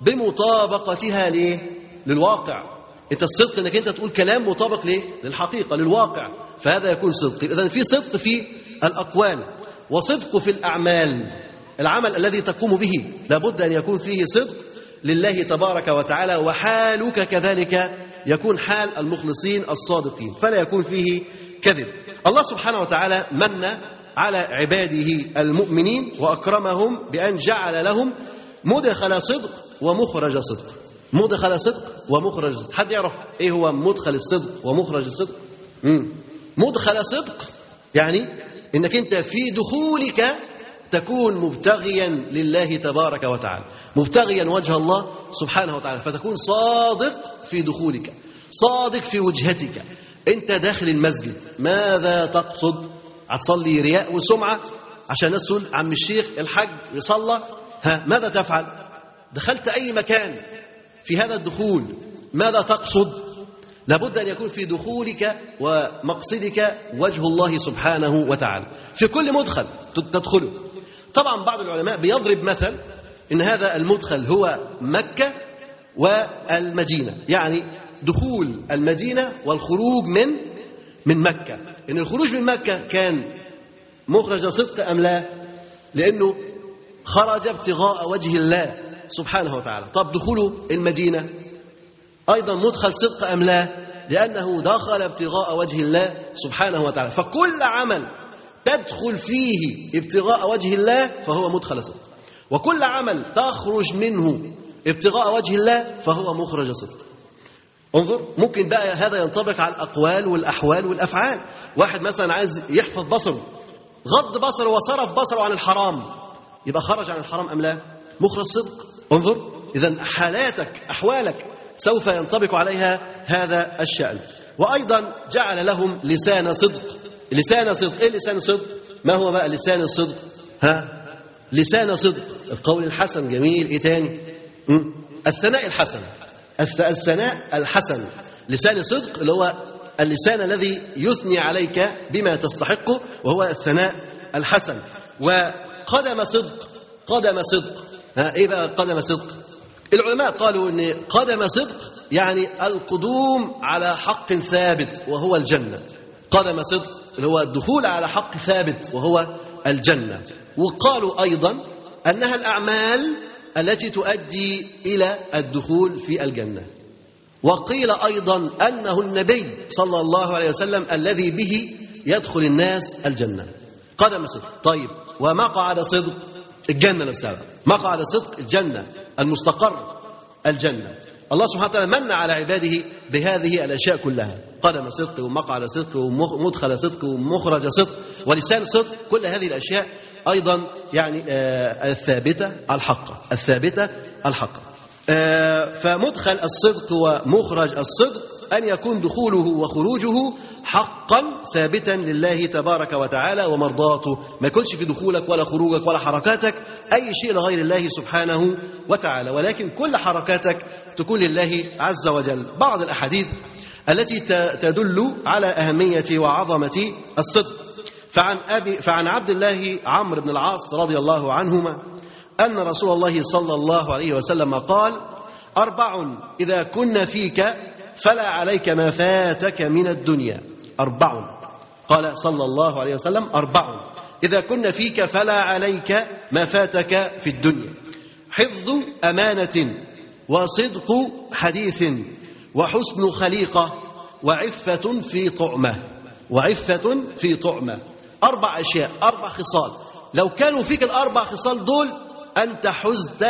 Speaker 2: بمطابقتها ليه؟ للواقع. أنت الصدق أنك أنت تقول كلام مطابق ليه؟ للحقيقة، للواقع، فهذا يكون صدق. إذن في صدق في الأقوال وصدق في الأعمال. العمل الذي تقوم به لابد أن يكون فيه صدق لله تبارك وتعالى، وحالك كذلك يكون حال المخلصين الصادقين، فلا يكون فيه كذب. الله سبحانه وتعالى من على عباده المؤمنين وأكرمهم بأن جعل لهم مدخل صدق ومخرج صدق. مدخل صدق ومخرج صدق. حد يعرف إيه هو مدخل الصدق ومخرج الصدق؟ مم. مدخل صدق يعني إنك أنت في دخولك تكون مبتغيا لله تبارك وتعالى، مبتغيا وجه الله سبحانه وتعالى، فتكون صادق في دخولك، صادق في وجهتك. أنت داخل المسجد ماذا تقصد؟ هتصلي رياء وسمعة عشان الناس تقول عم الشيخ الحج يصلى؟ ها، ماذا تفعل؟ دخلت أي مكان، في هذا الدخول ماذا تقصد؟ لابد أن يكون في دخولك ومقصدك وجه الله سبحانه وتعالى في كل مدخل تدخله. طبعا بعض العلماء بيضرب مثل إن هذا المدخل هو مكة والمدينة، يعني دخول المدينة والخروج من من مكة. إن الخروج من مكة كان مخرج صدق أم لا؟ لأنه خرج ابتغاء وجه الله سبحانه وتعالى. طب دخوله المدينة أيضا مدخل صدق أم لا؟ لأنه دخل ابتغاء وجه الله سبحانه وتعالى. فكل عمل تدخل فيه ابتغاء وجه الله فهو مدخل صدق، وكل عمل تخرج منه ابتغاء وجه الله فهو مخرج صدق. انظر، ممكن بقى هذا ينطبق على الأقوال والأحوال والأفعال. واحد مثلا عايز يحفظ بصره، غض بصره وصرف بصره عن الحرام، يبقى خرج عن الحرام أم لا؟ مخرج صدق. انظر، إذن حالاتك أحوالك سوف ينطبق عليها هذا الشأن. وأيضا جعل لهم لسان صدق. لسان صدق، إيه لسان صدق؟ ما هو بقى لسان الصدق؟ ها؟ لسان صدق القول الحسن. جميل. إيه تاني؟ م? الثناء الحسن. الثناء الحسن. لسان صدق اللي هو اللسان الذي يثني عليك بما تستحقه، وهو الثناء الحسن. وقدم صدق. قدم صدق، ها إيه بقى قدم صدق؟ العلماء قالوا إن قدم صدق يعني القدوم على حق ثابت وهو الجنة. قدم صدق اللي هو الدخول على حق ثابت وهو الجنة. وقالوا أيضا أنها الأعمال التي تؤدي إلى الدخول في الجنة. وقيل أيضا أنه النبي صلى الله عليه وسلم الذي به يدخل الناس الجنة. قدم صدق. طيب، ومقعد صدق الجنة نفسها. مقعد صدق الجنة، المستقر الجنة. الله سبحانه وتعالى من على عباده بهذه الأشياء كلها: قدم صدق ومقعد صدق ومدخل صدق ومخرج صدق ولسان صدق. كل هذه الأشياء أيضا يعني آه الثابتة الحقة، الثابتة الحقة. آه فمدخل الصدق ومخرج الصدق أن يكون دخوله وخروجه حقا ثابتا لله تبارك وتعالى ومرضاته، ما يكونش في دخولك ولا خروجك ولا حركاتك أي شيء لغير الله سبحانه وتعالى، ولكن كل حركاتك تكون لله عز وجل. بعض الأحاديث التي تدل على أهمية وعظمة الصدق. فعن, أبي فعن عبد الله عمرو بن العاص رضي الله عنهما أن رسول الله صلى الله عليه وسلم قال: أربع إذا كن فيك فلا عليك ما فاتك من الدنيا. أربع، قال صلى الله عليه وسلم: أربع إذا كن فيك فلا عليك ما فاتك في الدنيا: حفظ أمانة، وصدق حديث، وحسن خليقة، وعفة في طعمة. وعفة في طعمة. أربع أشياء، أربع خصال، لو كانوا فيك الأربع خصال دول أنت حزت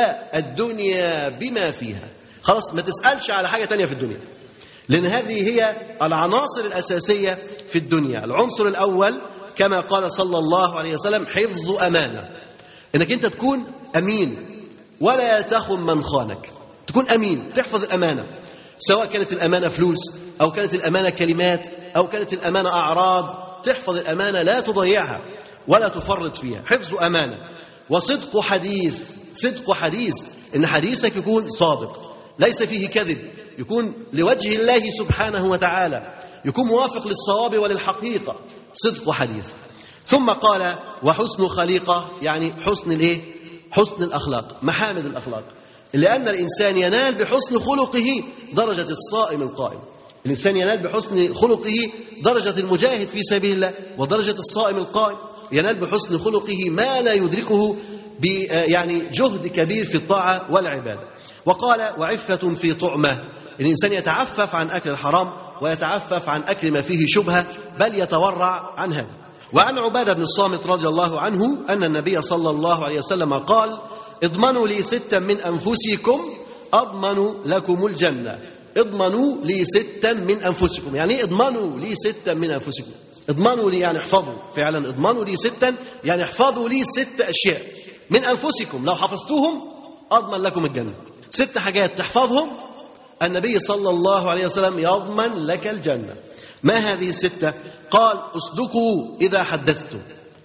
Speaker 2: الدنيا بما فيها. خلاص، ما تسألش على حاجة تانية في الدنيا، لأن هذه هي العناصر الأساسية في الدنيا. العنصر الأول كما قال صلى الله عليه وسلم: حفظ أمانة، إنك أنت تكون أمين ولا تخن من خانك، تكون أمين، تحفظ الأمانة. سواء كانت الأمانة فلوس أو كانت الأمانة كلمات أو كانت الأمانة أعراض. تحفظ الأمانة، لا تضيعها ولا تفرط فيها. حفظ أمانة. وصدق حديث. صدق حديث، إن حديثك يكون صادق ليس فيه كذب، يكون لوجه الله سبحانه وتعالى، يكون موافق للصواب وللحقيقة. صدق حديث. ثم قال وحسن خليقة، يعني حسن الايه؟ حسن الأخلاق، محامد الأخلاق. لأن الإنسان ينال بحسن خلقه درجة الصائم القائم. الإنسان ينال بحسن خلقه درجة المجاهد في سبيل الله، ودرجة الصائم القائم ينال بحسن خلقه ما لا يدركه ب يعني جهد كبير في الطاعة والعبادة. وقال وعفة في طعمه، الإنسان يتعفف عن أكل الحرام ويتعفف عن أكل ما فيه شبهة، بل يتورع عن هذا. وعن عبادة بن الصامت رضي الله عنه أن النبي صلى الله عليه وسلم قال اضمنوا لي ستا من أنفسكم أضمن لكم الجنة. اضمنوا لي ستا من أنفسكم، يعني اضمنوا لي ستا من أنفسكم. اضمنوا لي يعني احفظوا، فعلا اضمنوا لي ستا يعني احفظوا لي ست أشياء من أنفسكم، لو حفظتوهم أضمن لكم الجنة. ست حاجات تحفظهم النبي صلى الله عليه وسلم يضمن لك الجنة. ما هذه الستة؟ قال اصدقوا إذا حدثتم.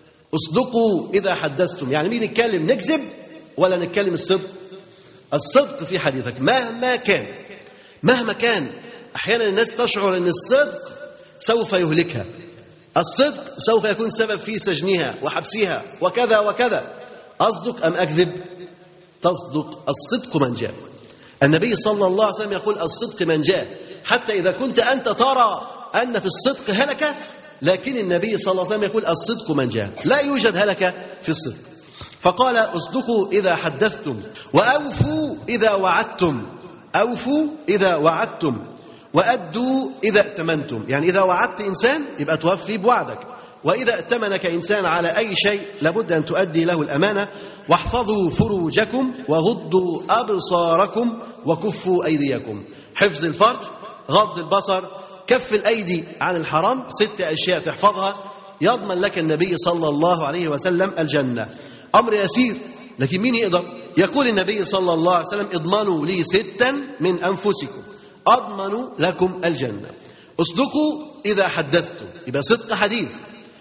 Speaker 2: اصدقوا إذا حدثتم، يعني مين نتكلم نكذب ولا نتكلم الصدق؟ الصدق في حديثك مهما كان. مهما كان أحيانا الناس تشعر أن الصدق سوف يهلكها، الصدق سوف يكون سبب في سجنها وحبسها وكذا وكذا. أصدق أم أكذب؟ تصدق. الصدق من جاء. النبي صلى الله عليه وسلم يقول الصدق من جاء، حتى إذا كنت أنت ترى أن في الصدق هلكة، لكن النبي صلى الله عليه وسلم يقول الصدق من جاء، لا يوجد هلكة في الصدق. فقال اصدقوا إذا حدثتم وأوفوا إذا وعدتم. أوفوا إذا وعدتم وأدوا إذا ائتمنتم، يعني إذا وعدت إنسان يبقى توفي بوعدك، وإذا ائتمنك إنسان على أي شيء لابد أن تؤدي له الأمانة. واحفظوا فروجكم وغضوا أبصاركم وكفوا أيديكم. حفظ الفرج، غض البصر، كف الأيدي عن الحرام. ست أشياء تحفظها يضمن لك النبي صلى الله عليه وسلم الجنة. أمر يسير، لكن مين يقدر؟ يقول النبي صلى الله عليه وسلم اضمنوا لي ستا من أنفسكم أضمن لكم الجنة. اصدقوا إذا حدثتم، يبقى صدق حديث.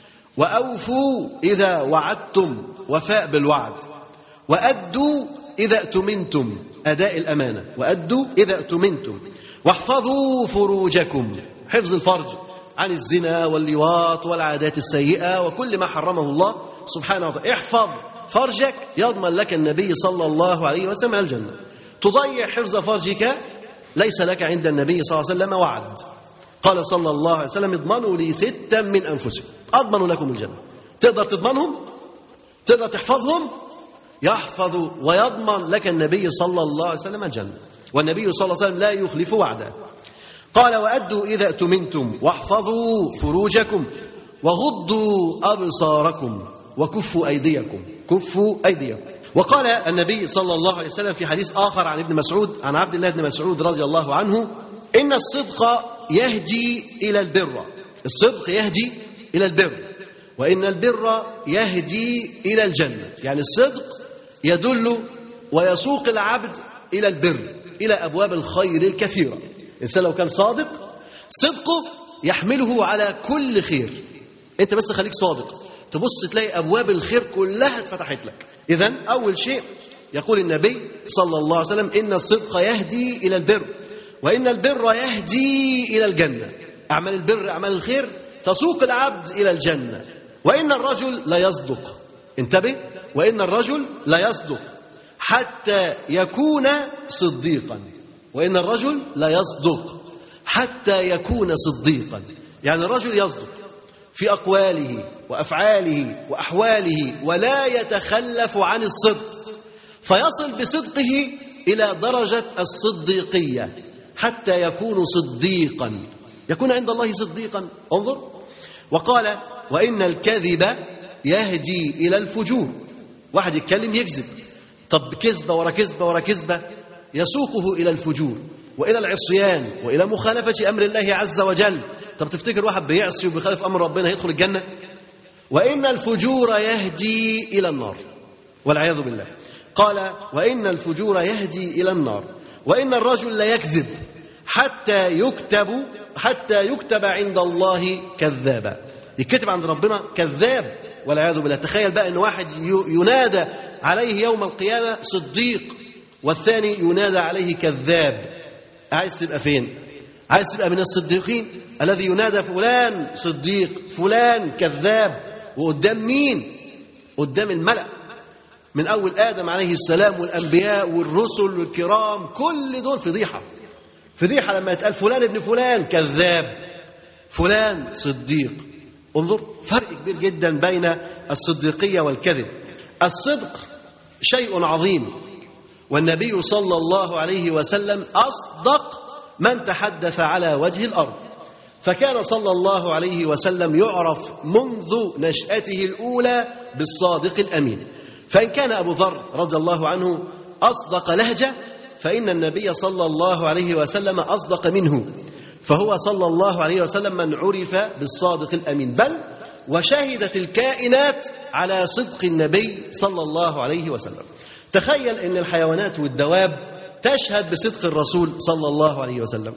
Speaker 2: وأوفوا إذا وعدتم، وفاء بالوعد. وأدوا إذا اؤتمنتم، أداء الأمانة. وأدوا إذا اؤتمنتم. واحفظوا فروجكم، حفظ الفرج عن الزنا واللواط والعادات السيئة وكل ما حرمه الله سبحانه وتعالى. احفظ فرجك يضمن لك النبي صلى الله عليه وسلم الجنة. تضيع حفظ فرجك ليس لك عند النبي صلى الله عليه وسلم وعد. قال صلى الله عليه وسلم اضمنوا لي ستا من أنفسكم أضمن لكم الجنة. تقدر تضمنهم؟ تقدر تحفظهم؟ يحفظ ويضمن لك النبي صلى الله عليه وسلم الجنة، والنبي صلى الله عليه وسلم لا يخلف وعده. قال وأدوا إذا اؤتمنتم واحفظوا فروجكم وغضوا أبصاركم وكفوا أيديكم. كفوا أيديكم. وقال النبي صلى الله عليه وسلم في حديث آخر عن ابن مسعود، عن عبد الله بن مسعود رضي الله عنه، إن الصدق يهدي إلى البر. الصدق يهدي إلى البر، وإن البر يهدي إلى الجنة. يعني الصدق يدل ويسوق العبد إلى البر، إلى أبواب الخير الكثيرة. الإنسان لو كان صادق، صدقه يحمله على كل خير. أنت بس خليك صادق، تبص تلاقي أبواب الخير كلها اتفتحت لك. إذن أول شيء يقول النبي صلى الله عليه وسلم إن الصدق يهدي إلى البر، وإن البر يهدي إلى الجنة. أعمال البر، أعمال الخير تسوق العبد إلى الجنة. وإن الرجل لا يصدق، انتبه، وإن الرجل لا يصدق حتى يكون صديقا. وإن الرجل لا يصدق حتى يكون صديقا، يعني الرجل يصدق في أقواله وأفعاله وأحواله ولا يتخلف عن الصدق، فيصل بصدقه إلى درجة الصديقية حتى يكون صديقا، يكون عند الله صديقا. انظر. وقال وإن الكذب يهدي إلى الفجور. واحد يتكلم يكذب، طب كذبة ورا كذبة ورا كذبة يسوقه إلى الفجور وإلى العصيان وإلى مخالفة أمر الله عز وجل. طب تفتكر واحد بيعصي وبيخالف أمر ربنا هيدخل الجنة؟ وإن الفجور يهدي إلى النار والعياذ بالله. قال وإن الفجور يهدي إلى النار. وإن الرجل لا يكذب حتى يكتب حتى يكتب عند الله كذابا. يكتب عند ربنا كذاب والعياذ بالله. تخيل بقى ان واحد ينادى عليه يوم القيامة صديق والثاني ينادى عليه كذاب. عايز تبقى فين؟ عايز تبقى من الصديقين الذي ينادى فلان صديق فلان كذاب، وقدام مين؟ قدام الملأ من أول آدم عليه السلام والأنبياء والرسل الكرام، كل دول فضيحة. فضيحة لما يتقال فلان ابن فلان كذاب فلان صديق. انظر فرق كبير جدا بين الصديقية والكذب. الصدق شيء عظيم، والنبي صلى الله عليه وسلم أصدق من تحدث على وجه الأرض، فكان صلى الله عليه وسلم يعرف منذ نشأته الأولى بالصادق الأمين. فإن كان أبو ذر رضي الله عنه أصدق لهجة، فإن النبي صلى الله عليه وسلم أصدق منه، فهو صلى الله عليه وسلم من عرف بالصادق الأمين، بل وشهدت الكائنات على صدق النبي صلى الله عليه وسلم. تخيل أن الحيوانات والدواب تشهد بصدق الرسول صلى الله عليه وسلم.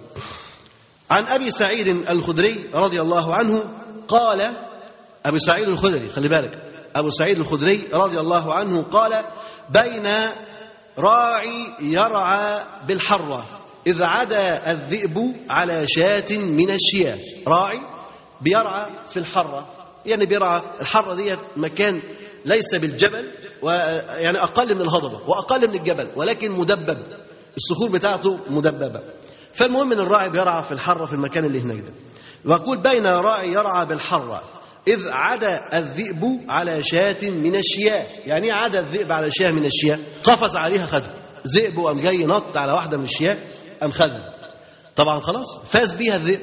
Speaker 2: عن أبي سعيد الخدري رضي الله عنه قال، أبي سعيد الخدري خلي بالك، أبو سعيد الخدري رضي الله عنه قال: بين راعي يرعى بالحرة إذ عدا الذئب على شاة من الشياه. راعي بيرعى في الحرة، يعني بيرعى الحرة ديت مكان ليس بالجبل، ويعني أقل من الهضبة وأقل من الجبل، ولكن مدبب، الصخور بتاعته مدببة. فالمهم ان الراعي بيرعى في الحرة في المكان اللي هناك ده. وأقول بين راعي يرعى بالحرة إذ عدا الذئب على شاة من الشياه. يعني عدا الذئب على شاة من الشياه، قفز عليها خدها ذئب وقام جاي نط على واحدة من الشياه قام خدها، طبعا خلاص فاز بيها الذئب،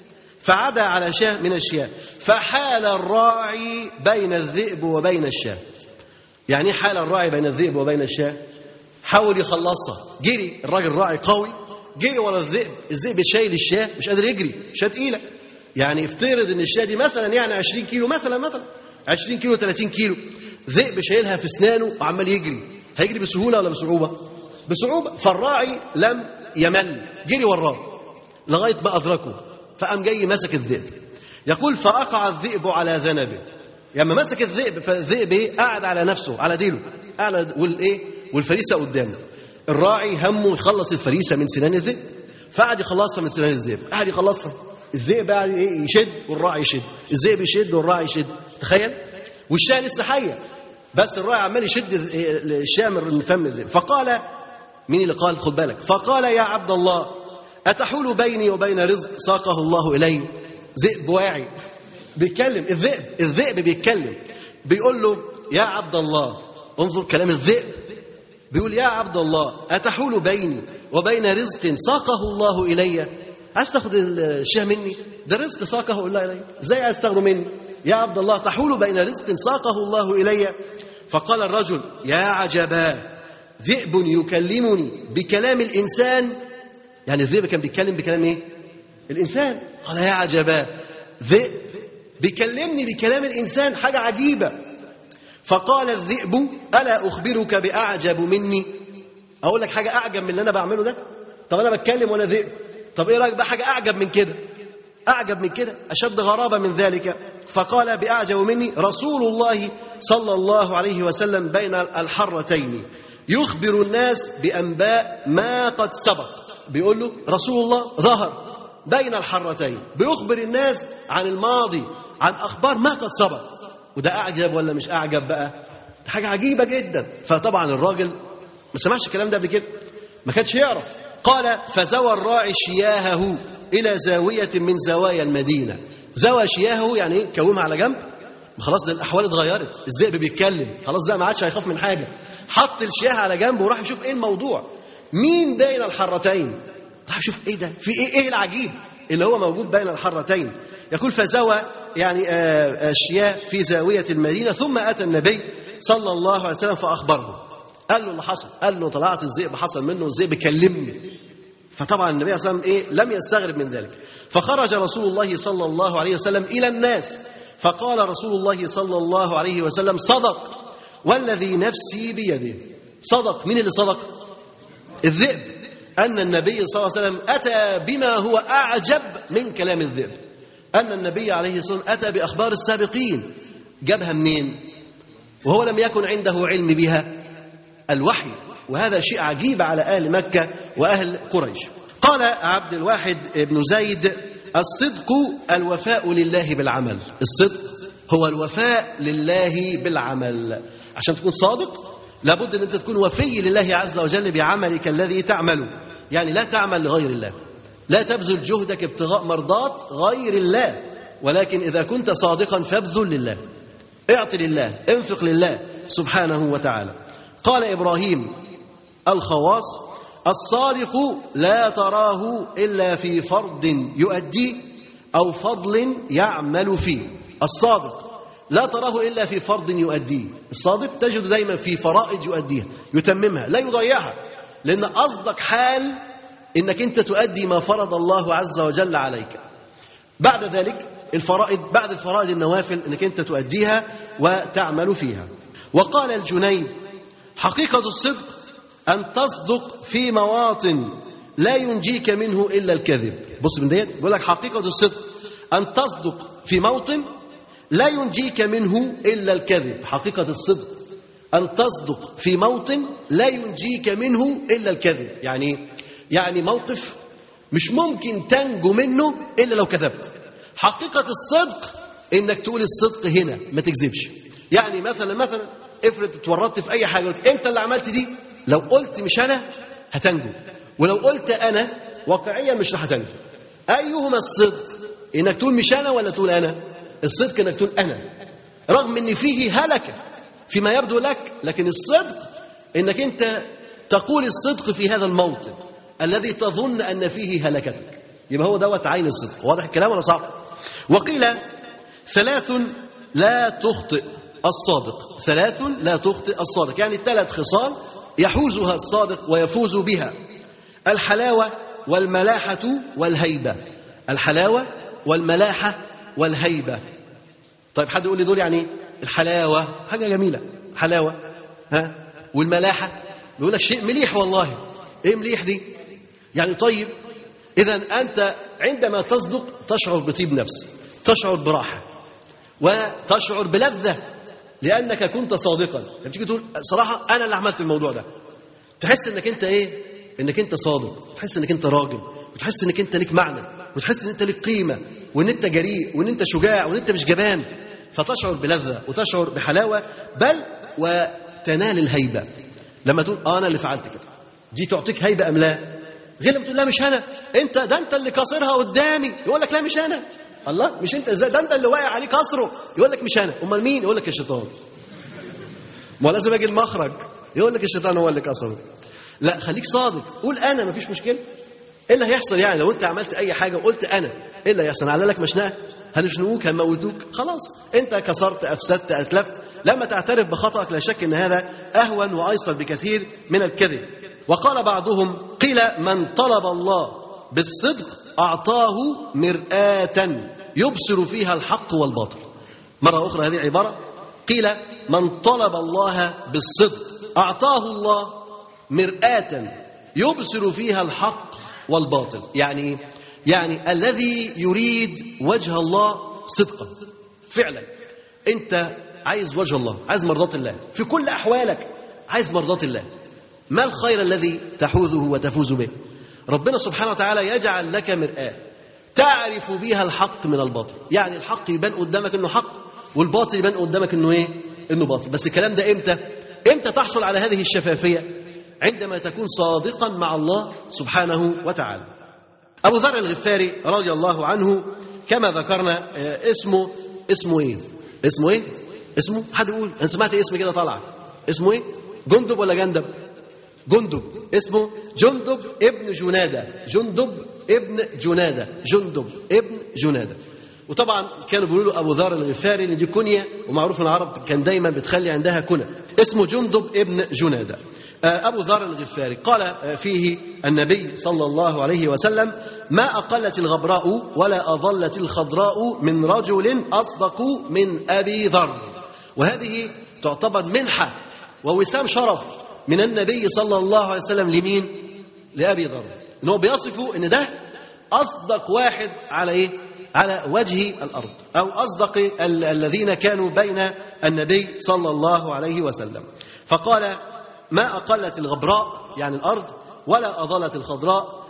Speaker 2: فعدا على شاة من الشياه فحال الراعي بين الذئب وبين الشاة. يعني حال الراعي بين الذئب وبين الشاة، حاول يخلصها، جري الراجل راعي قوي، جري ورا الذئب، الذئب شايل الشاة مش قادر يجري، شاة تقيلة، يعني افترض ان الشاة دي مثلا يعني عشرين كيلو مثلا مثلا عشرين كيلو ثلاثين كيلو، ذئب شايلها في اسنانه وعمال يجري، هيجري بسهولة ولا بصعوبة؟ بصعوبة. فالراعي لم يمل، جري وراه لغاية ما أدركه، فقام جاي مسك الذئب. يقول فأقع الذئب على ذنبه. لما يعني مسك الذئب، فالذئب ايه؟ قاعد على نفسه على ديله، قاعد والايه والفريسة قدامه. الراعي همه يخلص الفريسة من سنان الذئب، فقعد يخلصها من سنان الذئب، قعد يخلصها، الذئب قاعد ايه؟ يشد والراعي يشد، الذئب يشد والراعي يشد، تخيل. والشاة لسه حية، بس الراعي عمال يشد الشاة من فم الذئب. فقال، مين اللي قال؟ خد بالك، فقال يا عبد الله أتحول بيني وبين رزق ساقه الله إلي؟ ذئب واعي بيتكلم، الذئب الذئب بيتكلم، بيقول له يا عبد الله، انظر كلام الذئب، بيقول يا عبد الله أتحول بيني وبين رزق ساقه الله إلي؟ عايز تاخد الشاه مني؟ ده رزق ساقه الله إلي، ازاي عايز تاخده مني؟ يا عبد الله تحول بين رزق ساقه الله إلي. فقال الرجل يا عجبا، ذئب يكلمني بكلام الإنسان. يعني الذئب كان بيتكلم بكلام ايه؟ الإنسان. قال يا عجبا، ذئب بيكلمني بكلام الإنسان، حاجة عجيبة. فقال الذئب ألا أخبرك بأعجب مني؟ أقول لك حاجة أعجب من اللي أنا بعمله ده؟ طب أنا بتكلم وأنا ذئب، طب إيه رأيك بقى حاجة أعجب من كده؟ أعجب من كده، أشد غرابة من ذلك. فقال بأعجب مني رسول الله صلى الله عليه وسلم بين الحرتين يخبر الناس بأنباء ما قد سبق. بيقول له رسول الله ظهر بين الحرتين بيخبر الناس عن الماضي، عن أخبار ما قد سبق. وده أعجب ولا مش أعجب بقى؟ ده حاجة عجيبة جدا. فطبعا الراجل ما سمعش الكلام ده قبل كده، ما كانش يعرف. قال فزوى الراعي شياهه إلى زاوية من زوايا المدينة. زوى شياهه يعني ايه؟ كومها على جنب. خلاص الأحوال اتغيرت، الذئب بيتكلم خلاص بقى، ما عادش هيخاف من حاجة. حط الشياه على جنب وراح يشوف ايه الموضوع، مين بين الحرتين. راح يشوف ايه ده، في ايه ايه العجيب اللي هو موجود بين الحرتين. يقول فزوى يعني الشياه في زاوية المدينة، ثم أتى النبي صلى الله عليه وسلم فأخبره، قال له اللي حصل، قال له طلعت الذئب حصل منه، الذئب كلمني. فطبعا النبي صلى الله عليه وسلم إيه؟ لم يستغرب من ذلك. فخرج رسول الله صلى الله عليه وسلم إلى الناس فقال رسول الله صلى الله عليه وسلم صدق والذي نفسي بيده. صدق، مين اللي صدق؟ الذئب. أن النبي صلى الله عليه وسلم أتى بما هو أعجب من كلام الذئب. أن النبي عليه الصلاة والسلام أتى بأخبار السابقين. جابها منين؟ وهو لم يكن عنده علم بها، الوحي. وهذا شيء عجيب على أهل مكة وأهل قريش. قال عبد الواحد بن زيد: الصدق الوفاء لله بالعمل. الصدق هو الوفاء لله بالعمل. عشان تكون صادق لابد أن أنت تكون وفي لله عز وجل بعملك الذي تعمله. يعني لا تعمل لغير الله، لا تبذل جهدك ابتغاء مرضات غير الله، ولكن إذا كنت صادقا فابذل لله، اعط لله، انفق لله سبحانه وتعالى. قال إبراهيم الخواص: الصادق لا تراه إلا في فرض يؤدي أو فضل يعمل فيه. الصادق لا تراه إلا في فرض يؤديه. الصادق تجد دايما في فرائض يؤديها، يتممها، لا يضيعها، لأن قصدك حال إنك أنت تؤدي ما فرض الله عز وجل عليك. بعد ذلك الفرائض، بعد الفرائض النوافل إنك أنت تؤديها وتعمل فيها. وقال الجنيد: حقيقة الصدق أن تصدق في مواطن لا ينجيك منه إلا الكذب. بص من ديت بيقول لك حقيقة الصدق أن تصدق في موطن لا ينجيك منه إلا الكذب. حقيقة الصدق أن تصدق في موطن لا ينجيك منه إلا الكذب. يعني يعني موقف مش ممكن تنجو منه إلا لو كذبت. حقيقة الصدق إنك تقول الصدق هنا، ما تكذبش. يعني مثلا مثلا افرض اتورطت في أي حاجة، قلت أنت اللي عملت دي، لو قلت مش أنا هتنجو، ولو قلت أنا واقعيا مش راح تنجو. أيهما الصدق؟ إنك تقول مش أنا ولا تقول أنا؟ الصدق إنك تقول أنا، رغم إن فيه هلكة فيما يبدو لك، لكن الصدق إنك أنت تقول الصدق في هذا الموطن الذي تظن أن فيه هلكتك. يبقى هو دوت عين الصدق. واضح الكلام ولا صعب؟ وقيل: ثلاث لا تخطئ الصادق. ثلاث لا تخطئ الصادق، يعني ثلاث خصال يحوزها الصادق ويفوز بها: الحلاوة والملاحة والهيبة. الحلاوة والملاحة والهيبة. طيب حد يقول لي دول يعني الحلاوة حاجة جميلة، حلاوة، ها، والملاحة بيقول لك شيء مليح. والله ايه مليح دي؟ يعني طيب. إذن أنت عندما تصدق تشعر بطيب نفس، تشعر براحة، وتشعر بلذة لأنك كنت صادقا. لما تيجي تقول صراحة أنا اللي عملت الموضوع ده، تحس إنك أنت إيه؟ إنك أنت صادق، تحس إنك أنت راجل، وتحس إنك أنت ليك معنى، وتحس إن أنت ليك قيمة، وإن أنت جريء، وإن أنت شجاع، وإن أنت مش جبان. فتشعر بلذة وتشعر بحلاوة، بل وتنال الهيبة لما تقول آه أنا اللي فعلت كده. دي تعطيك هيبة أم لا؟ غير لما تقول لا مش أنا، أنت ده أنت اللي كسرها قدامي، يقول لك لا مش أنا. الله، مش أنت إزاي؟ ده أنت اللي واقع عليك كسره، يقول لك مش أنا. أمال مين؟ يقول لك الشيطان. ما لازم أجي المخرج، يقول لك الشيطان هو اللي كسره. لا، خليك صادق، قول أنا، ما فيش مشكلة. إيه اللي هيحصل يعني لو أنت عملت أي حاجة وقلت أنا؟ إيه اللي هيحصل؟ على لك مشنقة؟ هنشنقوك؟ هنموتوك؟ خلاص أنت كسرت، أفسدت، أتلفت. لما تعترف بخطأك لا شك أن هذا أهون وأيسر بكثير من الكذب. وقال بعضهم: قيل من طلب الله بالصدق أعطاه مرآة يبصر فيها الحق والباطل. مرة أخرى هذه عبارة، قيل من طلب الله بالصدق أعطاه الله مرآة يبصر فيها الحق والباطل. يعني يعني الذي يريد وجه الله صدقا فعلا. أنت عايز وجه الله، عايز مرضات الله في كل أحوالك، عايز مرضات الله. ما الخير الذي تحوزه وتفوز به؟ ربنا سبحانه وتعالى يجعل لك مرآة تعرف بها الحق من الباطل. يعني الحق يبان قدامك انه حق، والباطل يبان قدامك انه ايه؟ انه باطل. بس الكلام ده امتى؟ امتى تحصل على هذه الشفافية؟ عندما تكون صادقا مع الله سبحانه وتعالى. أبو ذر الغفاري رضي الله عنه كما ذكرنا، اسمه اسمه ايه؟ اسمه ايه؟ اسمه حد يقول، انا سمعت اسم كده طالع، اسمه ايه؟ جندب ولا جندب؟ جندب. اسمه جندب ابن جنادة. جندب ابن جنادة. جندب ابن جنادة. وطبعا كانوا بيقولوا له أبو ذر الغفاري، ان دي كنية، ومعروف ان العرب كان دايما بتخلي عندها كنى. اسمه جندب ابن جنادة. أبو ذر الغفاري قال فيه النبي صلى الله عليه وسلم: ما أقلت الغبراء ولا أظلت الخضراء من رجل أصدق من أبي ذر. وهذه تعتبر منحة ووسام شرف من النبي صلى الله عليه وسلم لمين؟ لأبي ذر، إن هو بيصفه إن ده أصدق واحد على إيه؟ على وجه الأرض، أو أصدق ال- الذين كانوا بين النبي صلى الله عليه وسلم. فقال: ما أقلت الغبراء يعني الأرض ولا أضلت الخضراء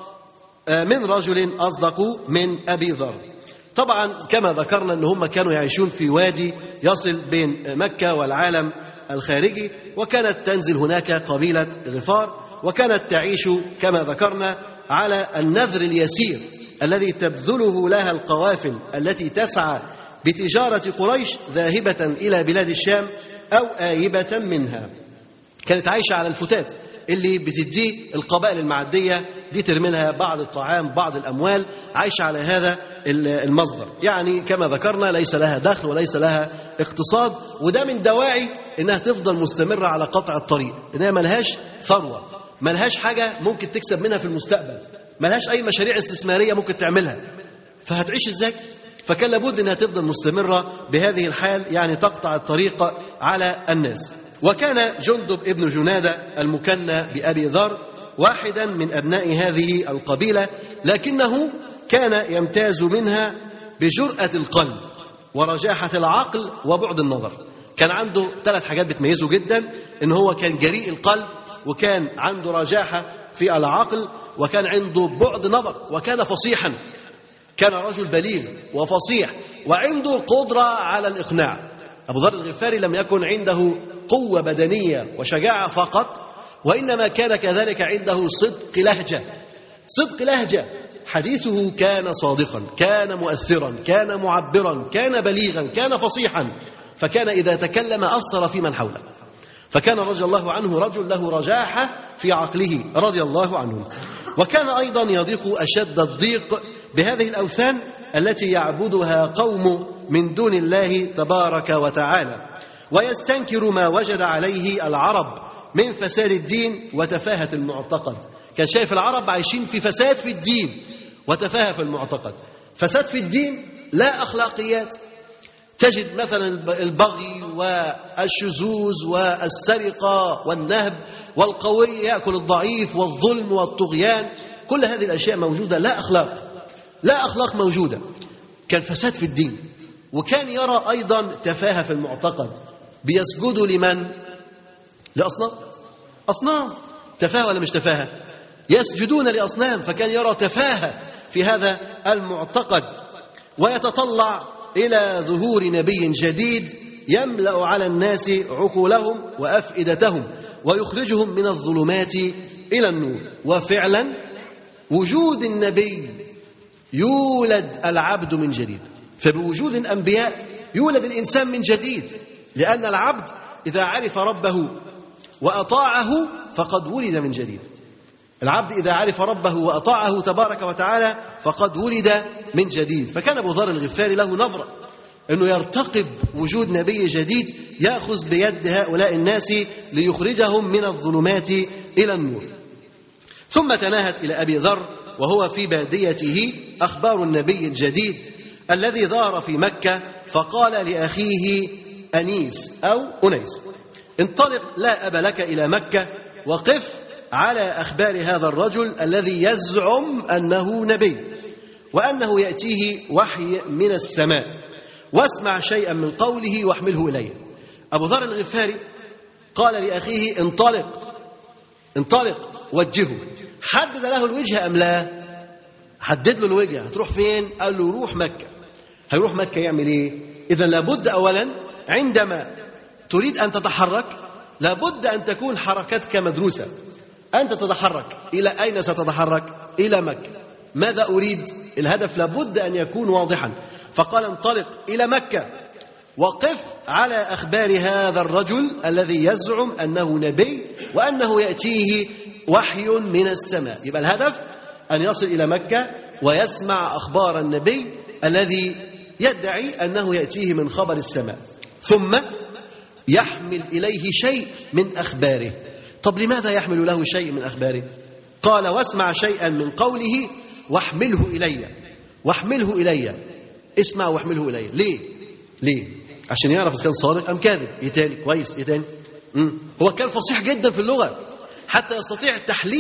Speaker 2: من رجل أصدق من أبي ذر. طبعا كما ذكرنا أن هم كانوا يعيشون في وادي يصل بين مكة والعالم الخارجي، وكانت تنزل هناك قبيلة غفار، وكانت تعيش كما ذكرنا على النذر اليسير الذي تبذله لها القوافل التي تسعى بتجارة قريش ذاهبة إلى بلاد الشام أو آيبة منها. كانت عايشة على الفتات اللي بتديه القبائل المعدية دي، ترمي لها بعض الطعام بعض الأموال، عايشة على هذا المصدر. يعني كما ذكرنا ليس لها دخل وليس لها اقتصاد، وده من دواعي إنها تفضل مستمرة على قطع الطريق، إنها ملهاش ثروة، ملهاش حاجة ممكن تكسب منها في المستقبل، ملهاش أي مشاريع استثمارية ممكن تعملها، فهتعيش إزاي؟ فكان لابد أنها تفضل مستمرة بهذه الحال، يعني تقطع الطريق على الناس. وكان جندب ابن جنادة المكنى بأبي ذر واحدا من أبناء هذه القبيلة، لكنه كان يمتاز منها بجرأة القلب ورجاحة العقل وبعد النظر. كان عنده ثلاث حاجات بتميزه جدا، إن هو كان جريء القلب، وكان عنده رجاحة في العقل، وكان عنده بعد نظر، وكان فصيحا. كان رجل بليغ وفصيح وعنده قدرة على الإقناع. أبو ذر الغفاري لم يكن عنده قوة بدنية وشجاعة فقط، وإنما كان كذلك عنده صدق لهجة، صدق لهجة. حديثه كان صادقا، كان مؤثرا، كان معبرا، كان بليغا، كان فصيحا، فكان إذا تكلم أثر في من حوله. فكان رضي الله عنه رجل له رجاحة في عقله رضي الله عنه. وكان أيضا يضيق أشد الضيق بهذه الأوثان التي يعبدها قوم من دون الله تبارك وتعالى، ويستنكر ما وجد عليه العرب من فساد الدين وتفاهة المعتقد. كان شايف العرب عايشين في فساد في الدين وتفاهة في المعتقد. فساد في الدين لا أخلاقيات، تجد مثلا البغي والشذوذ والسرقة والنهب، والقوي يأكل الضعيف، والظلم والطغيان، كل هذه الأشياء موجودة، لا أخلاق، لا أخلاق موجودة. كان فساد في الدين. وكان يرى أيضا تفاهة في المعتقد. بيسجدوا لمن؟ لأصنام، أصنام. تفاهة ولا مش تفاهة؟ يسجدون لأصنام. فكان يرى تفاهة في هذا المعتقد، ويتطلع إلى ظهور نبي جديد يملأ على الناس عقولهم وأفئدتهم ويخرجهم من الظلمات إلى النور. وفعلا وجود النبي يولد العبد من جديد. فبوجود الأنبياء يولد الإنسان من جديد، لأن العبد إذا عرف ربه وأطاعه فقد ولد من جديد. العبد إذا عرف ربه وأطاعه تبارك وتعالى فقد ولد من جديد. فكان أبو ذر الغفاري له نظرة أنه يرتقب وجود نبي جديد يأخذ بيد هؤلاء الناس ليخرجهم من الظلمات إلى النور. ثم تناهت إلى أبي ذر وهو في باديته أخبار النبي الجديد الذي ظهر في مكة، فقال لأخيه أنيس أو أنيس: انطلق لا أب لك إلى مكة، وقف على أخبار هذا الرجل الذي يزعم أنه نبي وأنه يأتيه وحي من السماء، واسمع شيئا من قوله واحمله إليه. أبو ذر الغفاري قال لأخيه: انطلق انطلق وجهه. حدد له الوجهة أم لا؟ حدد له الوجهة. هتروح فين؟ قال له: روح مكة. هيروح مكة يعمل إيه؟ إذن لابد أولا عندما تريد أن تتحرك لابد أن تكون حركتك مدروسة. أنت تتحرك إلى أين؟ ستتحرك إلى مكة. ماذا أريد؟ الهدف لابد أن يكون واضحا. فقال: انطلق إلى مكة، وقف على أخبار هذا الرجل الذي يزعم أنه نبي وأنه يأتيه وحي من السماء. يبقى الهدف أن يصل إلى مكة ويسمع أخبار النبي الذي يدعي أنه يأتيه من خبر السماء، ثم يحمل إليه شيء من أخباره. طب لماذا يحمل له شيء من أخباره؟ قال: واسمع شيئا من قوله واحمله إلي. واحمله إلي، اسمع واحمله إلي. ليه؟ ليه؟ عشان يعرف إذا كان صادق أم كاذب. إيه تاني؟ كويس. إيه تاني؟ مم. هو كان فصيح جدا في اللغة حتى يستطيع تحليل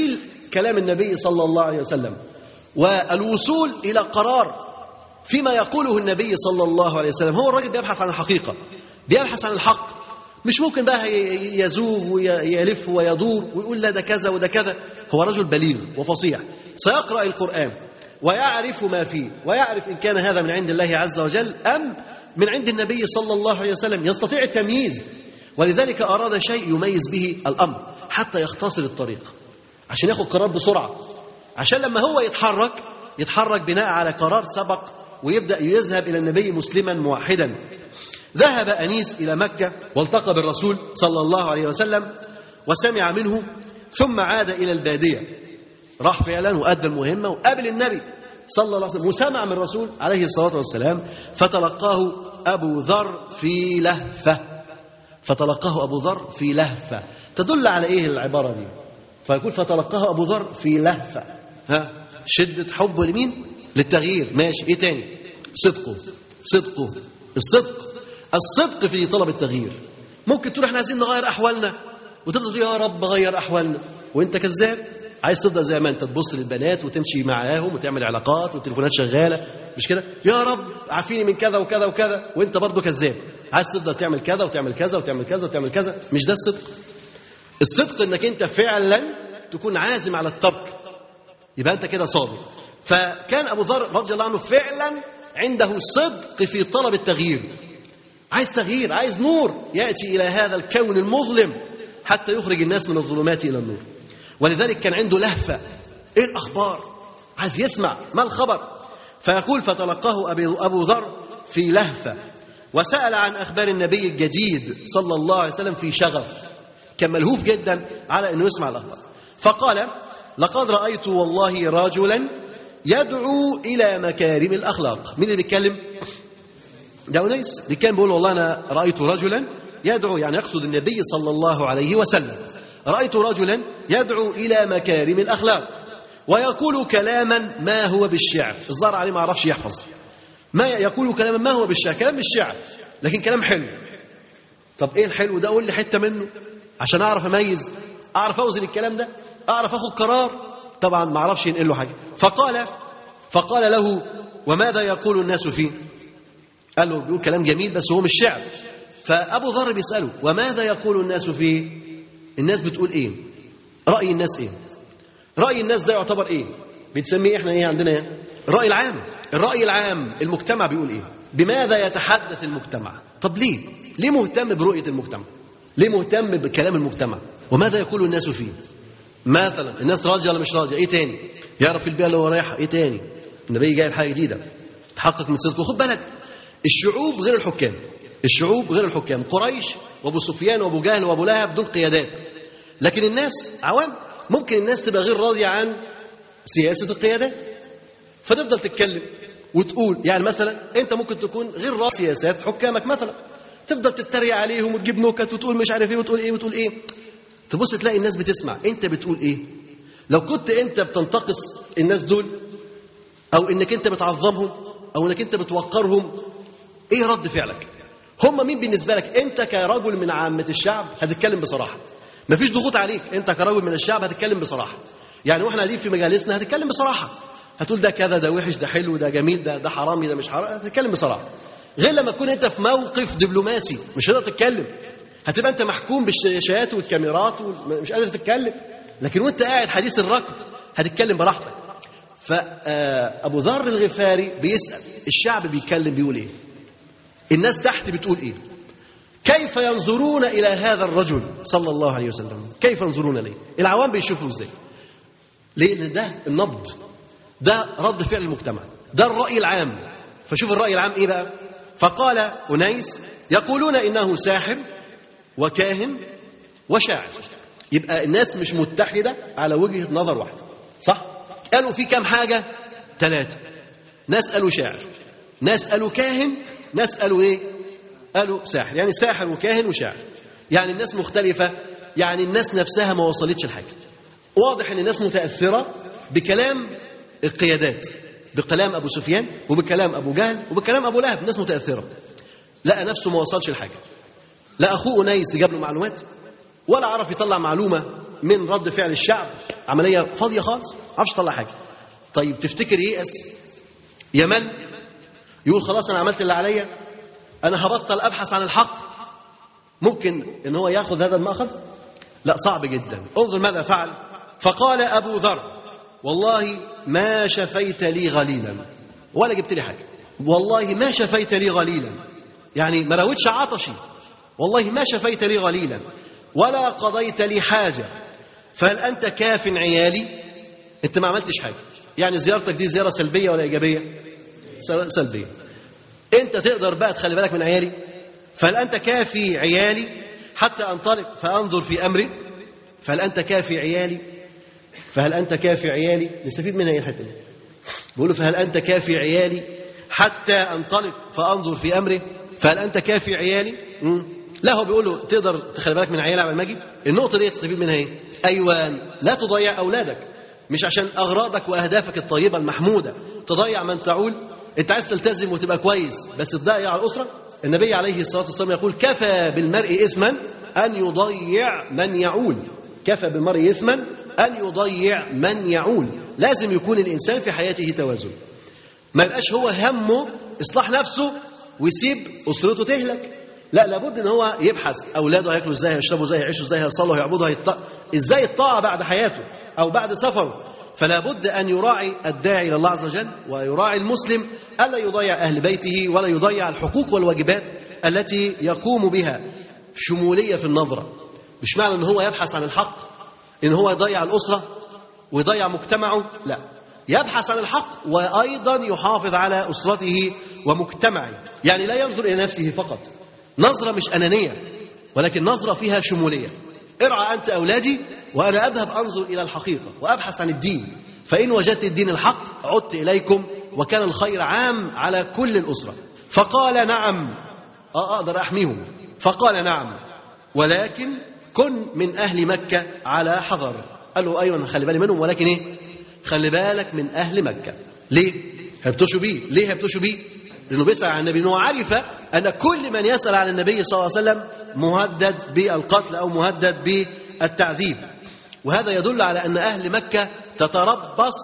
Speaker 2: كلام النبي صلى الله عليه وسلم والوصول إلى قرار فيما يقوله النبي صلى الله عليه وسلم. هو الراجل بيبحث عن الحقيقة، بيبحث عن الحق، مش ممكن بقى يزوغ ويلف ويدور ويقول لا ده كذا وده كذا. هو رجل بليغ وفصيح سيقرأ القرآن ويعرف ما فيه، ويعرف إن كان هذا من عند الله عز وجل أم من عند النبي صلى الله عليه وسلم، يستطيع التمييز. ولذلك أراد شيء يميز به الأمر حتى يختصر الطريق، عشان ياخد قرار بسرعة، عشان لما هو يتحرك يتحرك بناء على قرار سبق ويبدأ يذهب إلى النبي مسلما موحدا. ذهب أنيس إلى مكة والتقى بالرسول صلى الله عليه وسلم وسمع منه، ثم عاد إلى البادية. راح فعلا وأدى المهمة وقابل النبي صلى الله عليه وسلم وسمع من الرسول عليه الصلاة والسلام، فتلقاه أبو ذر في لهفة. فتلقاه أبو ذر في لهفة تدل على إيه العبارة دي؟ فيقول فتلقاه أبو ذر في لهفة، ها شدة حبه لمين؟ للتغيير. ماشي، إيه تاني؟ صدقه. صدقه الصدق الصدق في طلب التغيير. ممكن تقول احنا عايزين نغير أحوالنا وتفضل يا رب غير أحوالنا وانت كذاب. عايز تفضل زي ما انت تبص للبنات وتمشي معاهم وتعمل علاقات والتليفونات شغالة، مش كده؟ يا رب عافيني من كذا وكذا وكذا وانت برضو كذاب. عايز تفضل تعمل كذا وتعمل كذا وتعمل كذا وتعمل كذا. مش ده الصدق. الصدق انك انت فعلا تكون عازم على الترك، يبقى انت كده صادق. فكان أبو ذر رضي الله عنه فعلا عنده صدق في طلب التغيير. عايز تغيير، عايز نور يأتي إلى هذا الكون المظلم حتى يخرج الناس من الظلمات إلى النور. ولذلك كان عنده لهفة. إيه الأخبار؟ عايز يسمع ما الخبر. فيقول فتلقاه أبو ذر في لهفة وسأل عن أخبار النبي الجديد صلى الله عليه وسلم في شغف. كان ملهوف جدا على أنه يسمع الأخبار. فقال لقد رأيت والله رجلا يدعو إلى مكارم الأخلاق. مين اللي بيتكلم؟ ده أنيس بيتكلم، بيقول والله أنا رأيت رجلا يدعو، يعني يقصد النبي صلى الله عليه وسلم. رأيت رجلا يدعو إلى مكارم الأخلاق ويقول كلاما ما هو بالشعر. الظاهر عليه ما عرفش يحفظ. ما يقول كلاما ما هو بالشعر، كلام بالشعر لكن كلام حلو. طب إيه الحلو ده؟ أقول لي حتة منه عشان أعرف أميز، أعرف أوزن الكلام ده، أعرف أخذ قرار. طبعا ما عرفش ينقل له حاجة. فقال فقال له وماذا يقول الناس فيه؟ قال له بيقول كلام جميل بس هو مش شعر. فأبو ذر بيسأله وماذا يقول الناس فيه؟ الناس بتقول إيه؟ رأي الناس إيه؟ رأي الناس ده يعتبر إيه؟ بنسميه إحنا إيه عندنا إيه؟ الرأي العام. الرأي العام المجتمع بيقول إيه؟ بماذا يتحدث المجتمع؟ طب ليه؟ ليه مهتم برؤية المجتمع؟ ليه مهتم بكلام المجتمع؟ وماذا يقول الناس فيه؟ مثلا الناس راضية ولا مش راضية؟ إيه تاني؟ يعرف البيئة اللي هو رايحة. إيه تاني؟ النبي جاي بحاجة جديدة، تحقق من صدقه. خد بالك، الشعوب غير الحكام. الشعوب غير الحكام. قريش وابو سفيان وابو جهل وابو لهب دول قيادات، لكن الناس عوام. ممكن الناس تبقى غير راضية عن سياسة القيادات فتفضل تتكلم وتقول، يعني مثلا انت ممكن تكون غير راضي سياسات حكامك مثلا، تفضل تتريق عليهم وتجيب نكت وتقول مش عارف ايه وتقول ايه وتقول ايه. تبص تلاقي الناس بتسمع انت بتقول ايه. لو كنت انت بتنتقص الناس دول او انك انت بتعظمهم او انك انت بتوقرهم، ايه رد فعلك؟ هم مين بالنسبه لك؟ انت كرجل من عامه الشعب هتتكلم بصراحه، مفيش ضغوط عليك. انت كرجل من الشعب هتتكلم بصراحه. يعني واحنا قاعدين في مجالسنا هتتكلم بصراحه، هتقول ده كذا، ده وحش، ده حلو، ده جميل، ده ده حرامي، ده مش حرام. هتتكلم بصراحه. غير لما تكون انت في موقف دبلوماسي مش هتقدر تتكلم، هتبقى انت محكوم بالشاشات والكاميرات ومش قادر تتكلم. لكن وانت قاعد حديث الركب هتتكلم براحتك. فابو ذر الغفاري بيسال الشعب بيتكلم بيقول ايه، الناس تحت بتقول ايه، كيف ينظرون الى هذا الرجل صلى الله عليه وسلم، كيف ينظرون اليه، العوام بيشوفوا ازاي. لان ده النبض، ده رد فعل المجتمع، ده الراي العام. فشوف الراي العام ايه بقى. فقال أنيس يقولون انه ساحر وكاهن وشاعر. يبقى الناس مش متحده على وجهه نظر واحده، صح؟ قالوا في كام حاجه؟ ثلاثه. ناس قالوا شاعر، ناس قالوا كاهن، ناس قالوا ايه؟ قالوا ساحر. يعني ساحر وكاهن وشاعر، يعني الناس مختلفه، يعني الناس نفسها ما وصلتش لحاجه. واضح ان الناس متاثره بكلام القيادات، بكلام ابو سفيان وبكلام ابو جهل وبكلام ابو لهب. الناس متاثره، لقى نفسه ما وصلش لحاجه. لا اخوه أنيس جاب له معلومات ولا عرف يطلع معلومه من رد فعل الشعب، عملية فاضية خالص، ما عرفش يطلع حاجة. طيب تفتكر ييأس؟ يمل؟ يقول خلاص أنا عملت اللي عليا، أنا هبطل أبحث عن الحق؟ ممكن إن هو يأخذ هذا المأخذ؟ لا، صعب جدا. انظر ماذا فعل. فقال أبو ذر: والله ما شفيت لي غليلا، ولا جبت لي حاجة، والله ما شفيت لي غليلا، يعني ما راودش عطشي، والله ما شفيت لي غليلا ولا قضيت لي حاجة، فهل أنت كاف عيالي؟ أنت ما عملتش حاجة، يعني زيارتك دي زيارة سلبية ولا إيجابية؟ سلبية. أنت تقدر بقى تخلي بالك من عيالي؟ فهل أنت كافي عيالي حتى أنطلق فأنظر في أمري؟ فهل أنت كافي عيالي؟ فهل أنت كافي عيالي؟ نستفيد منها إيه الحتة دي؟ بيقولوا فهل أنت كافي عيالي حتى أنطلق فأنظر في أمري؟ فهل أنت كافي عيالي؟ مم. لا، هو بيقول له تقدر تخلي بالك من عيالي قبل ما أجي؟ النقطة دي تستفيد منها إيه؟ أيوة، لا تضيع أولادك، مش عشان أغراضك وأهدافك الطيبة المحمودة تضيع من تعول. أنت عايز تلتزم وتبقى كويس بس تضيع الأسرة؟ النبي عليه الصلاة والسلام يقول: كفى بالمرء إثما أن يضيع من يعول. كفى بالمرء إثما أن يضيع من يعول. لازم يكون الإنسان في حياته توازن، ما يبقاش هو همه إصلاح نفسه ويسيب أسرته تهلك. لا، لابد ان هو يبحث اولاده هياكلوا ازاي، هيشربوا ازاي، هيعيشوا ازاي، هيصلوا، هيعبدوا، هيط... ازاي الطاعه بعد حياته او بعد سفره. فلا بد ان يراعي الداعي الى الله عز وجل ويراعي المسلم الا يضيع اهل بيته ولا يضيع الحقوق والواجبات التي يقوم بها. شموليه في النظره، مش معنى ان هو يبحث عن الحق ان هو يضيع الاسره ويضيع مجتمعه، لا، يبحث عن الحق وايضا يحافظ على اسرته ومجتمعه. يعني لا ينظر الى نفسه فقط، نظرة مش أنانية ولكن نظرة فيها شمولية. ارعى أنت أولادي وأنا أذهب أنظر إلى الحقيقة وأبحث عن الدين، فإن وجدت الدين الحق عدت إليكم وكان الخير عام على كل الأسرة. فقال: نعم، أقدر أحميهم. فقال: نعم، ولكن كن من أهل مكة على حذر. قال له: أيوة خلي بالي منهم، ولكن إيه؟ خلي بالك من أهل مكة. ليه؟ هيبتشوا بيه. ليه هيبتشوا بيه؟ لأنه بيسأل عن النبي، أنه عارف أن كل من يسأل عن النبي صلى الله عليه وسلم مهدد بالقتل أو مهدد بالتعذيب. وهذا يدل على أن أهل مكة تتربص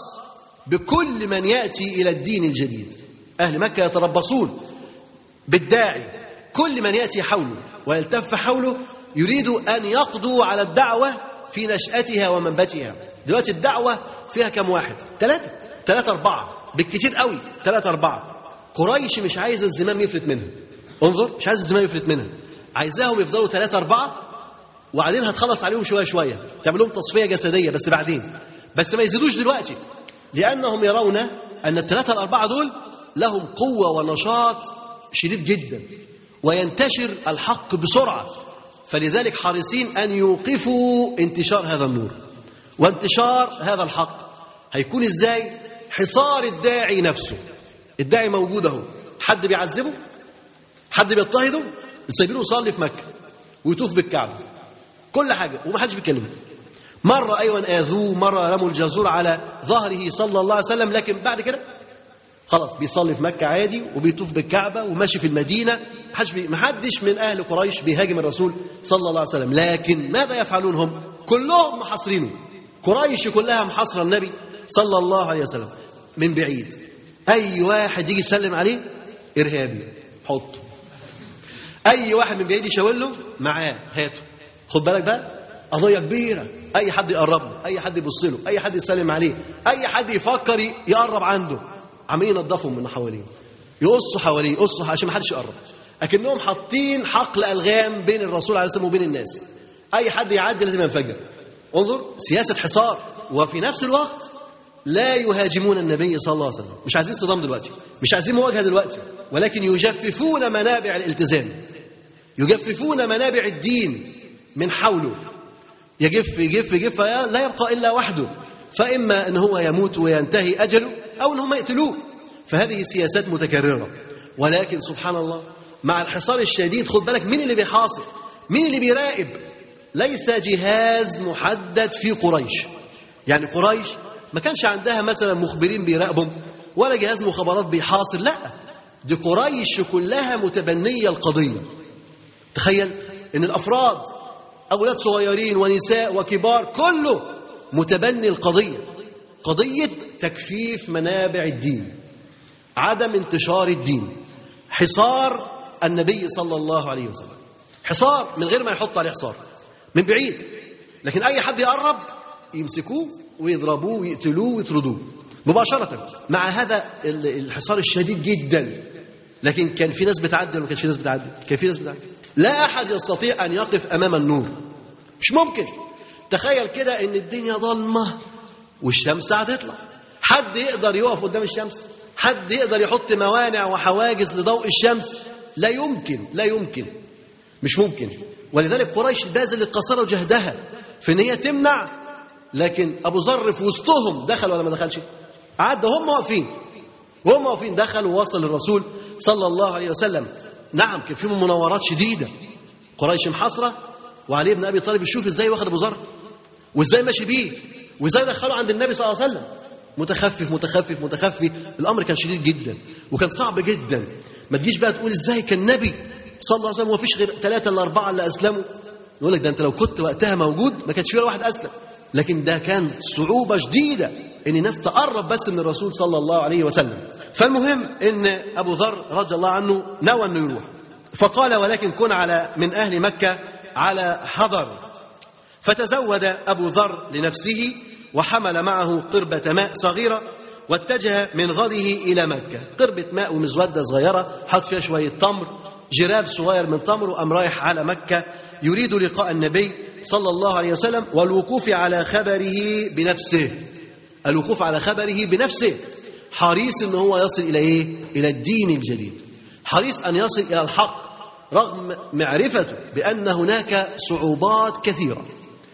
Speaker 2: بكل من يأتي إلى الدين الجديد. أهل مكة يتربصون بالداعي، كل من يأتي حوله ويلتف حوله يريد أن يقضوا على الدعوة في نشأتها ومنبتها. دلوقتي الدعوة فيها كم واحد؟ ثلاثة ثلاثة أربعة بالكثير قوي، ثلاثة أربعة. قريش مش عايزة الزمام يفلت منها. انظر، مش عايزة الزمام يفلت منها، عايزاهم يفضلوا ثلاثة أربعة وبعدين هتخلص عليهم شوية شوية، تعمل لهم تصفية جسدية بس بعدين، بس ما يزيدوش دلوقتي، لأنهم يرون أن الثلاثة الأربعة دول لهم قوة ونشاط شديد جدا وينتشر الحق بسرعة، فلذلك حريصين أن يوقفوا انتشار هذا النور وانتشار هذا الحق. هيكون إزاي؟ حصار الداعي نفسه. الداعي موجود اهو، حد بيعذبه؟ حد بيضطهده؟ سايبينه يصلي في مكة ويطوف بالكعبة كل حاجة ومحدش بيكلمه. مرة أيوة آذوه، مرة رموا الجزور على ظهره صلى الله عليه وسلم، لكن بعد كده خلاص بيصلي في مكة عادي وبيطوف بالكعبة وماشي في المدينة. محدش بي... محدش من أهل قريش بيهاجم الرسول صلى الله عليه وسلم. لكن ماذا يفعلون هم؟ كلهم محاصرينه. قريش كلها محاصرة النبي صلى الله عليه وسلم من بعيد. أي واحد يجي يسلم عليه إرهابي حطه، أي واحد من بعيد يشاور له معاه هاته. خد بالك بقى، قضية كبيرة، أي حد يقرب له، أي حد يبص له، أي حد يسلم عليه، أي حد يفكر يقرب عنده، عمالين ينظفهم من حواليه، يقصوا حواليه، يقصوا عشان ما حدش يقرب، أكنهم حاطين حقل ألغام بين الرسول عليه الصلاة والسلام وبين الناس. أي حد يعدي لازم ينفجر. انظر، سياسة حصار، وفي نفس الوقت لا يهاجمون النبي صلى الله عليه وسلم. مش عايزين صدام دلوقتي، مش عايزين مواجهة دلوقتي، ولكن يجففون منابع الالتزام، يجففون منابع الدين من حوله. يجف يجف يجف لا يبقى إلا وحده، فإما أن هو يموت وينتهي أجله أو أن هم يقتلوه. فهذه سياسات متكررة. ولكن سبحان الله مع الحصار الشديد، خد بالك مين اللي بيحاصر، مين اللي بيراقب. ليس جهاز محدد في قريش، يعني قريش ما كانش عندها مثلا مخبرين بيراقبهم ولا جهاز مخابرات بيحاصر، لا، دي قريش كلها متبنية القضية. تخيل ان الافراد أولاد صغيرين ونساء وكبار، كله متبني القضية، قضية تكفيف منابع الدين، عدم انتشار الدين، حصار النبي صلى الله عليه وسلم، حصار من غير ما يحط عليه حصار، من بعيد، لكن أي حد يقرب يمسكوه ويضربوه ويقتلوه ويطردوه مباشرة، مع هذا الحصار الشديد جدا. لكن كان في ناس بتعدي ولا ما كانش في ناس بتعدي؟ كان في ناس بتعدي. لا أحد يستطيع أن يقف أمام النور، مش ممكن. تخيل كده إن الدنيا ضلمة والشمس هتطلع، حد يقدر يقف قدام الشمس؟ حد يقدر يحط موانع وحواجز لضوء الشمس؟ لا يمكن، لا يمكن، مش ممكن. ولذلك قريش باذلت قصارى جهدها في ان هي تمنع، لكن ابو ذر في وسطهم دخل ولا ما دخلش؟ عدى هم واقفين، وهم واقفين دخل ووصل للرسول صلى الله عليه وسلم. نعم كان فيهم مناورات شديده، قريش محاصره، وعلي بن ابي طالب يشوف ازاي واخد ابو ذر وازاي ماشي بيه وازاي دخله عند النبي صلى الله عليه وسلم، متخفف متخفف متخفف. الامر كان شديد جدا وكان صعب جدا. ما تجيش بقى تقول ازاي كان النبي صلى الله عليه وسلم ومفيش غير ثلاثة ولا أربعة اللي أسلموا. يقول لك ده أنت لو كنت وقتها موجود ما كانش فيه ولا واحد أسلم. لكن ده كان صعوبة شديدة إن الناس تقرب بس من الرسول صلى الله عليه وسلم. فالمهم إن أبو ذر رضي الله عنه نوى أنه يروح، فقال ولكن كن على من أهل مكة على حذر. فتزود أبو ذر لنفسه وحمل معه قربة ماء صغيرة واتجه من غده إلى مكة. قربة ماء ومزودة صغيرة حط فيها شوية تمر، جراب صغير من تمر، وأم رايح على مكة يريد لقاء النبي صلى الله عليه وسلم والوقوف على خبره بنفسه. الوقوف على خبره بنفسه، حريص أنه هو يصل إلى إيه؟ إلى الدين الجديد، حريص أن يصل إلى الحق رغم معرفته بأن هناك صعوبات كثيرة.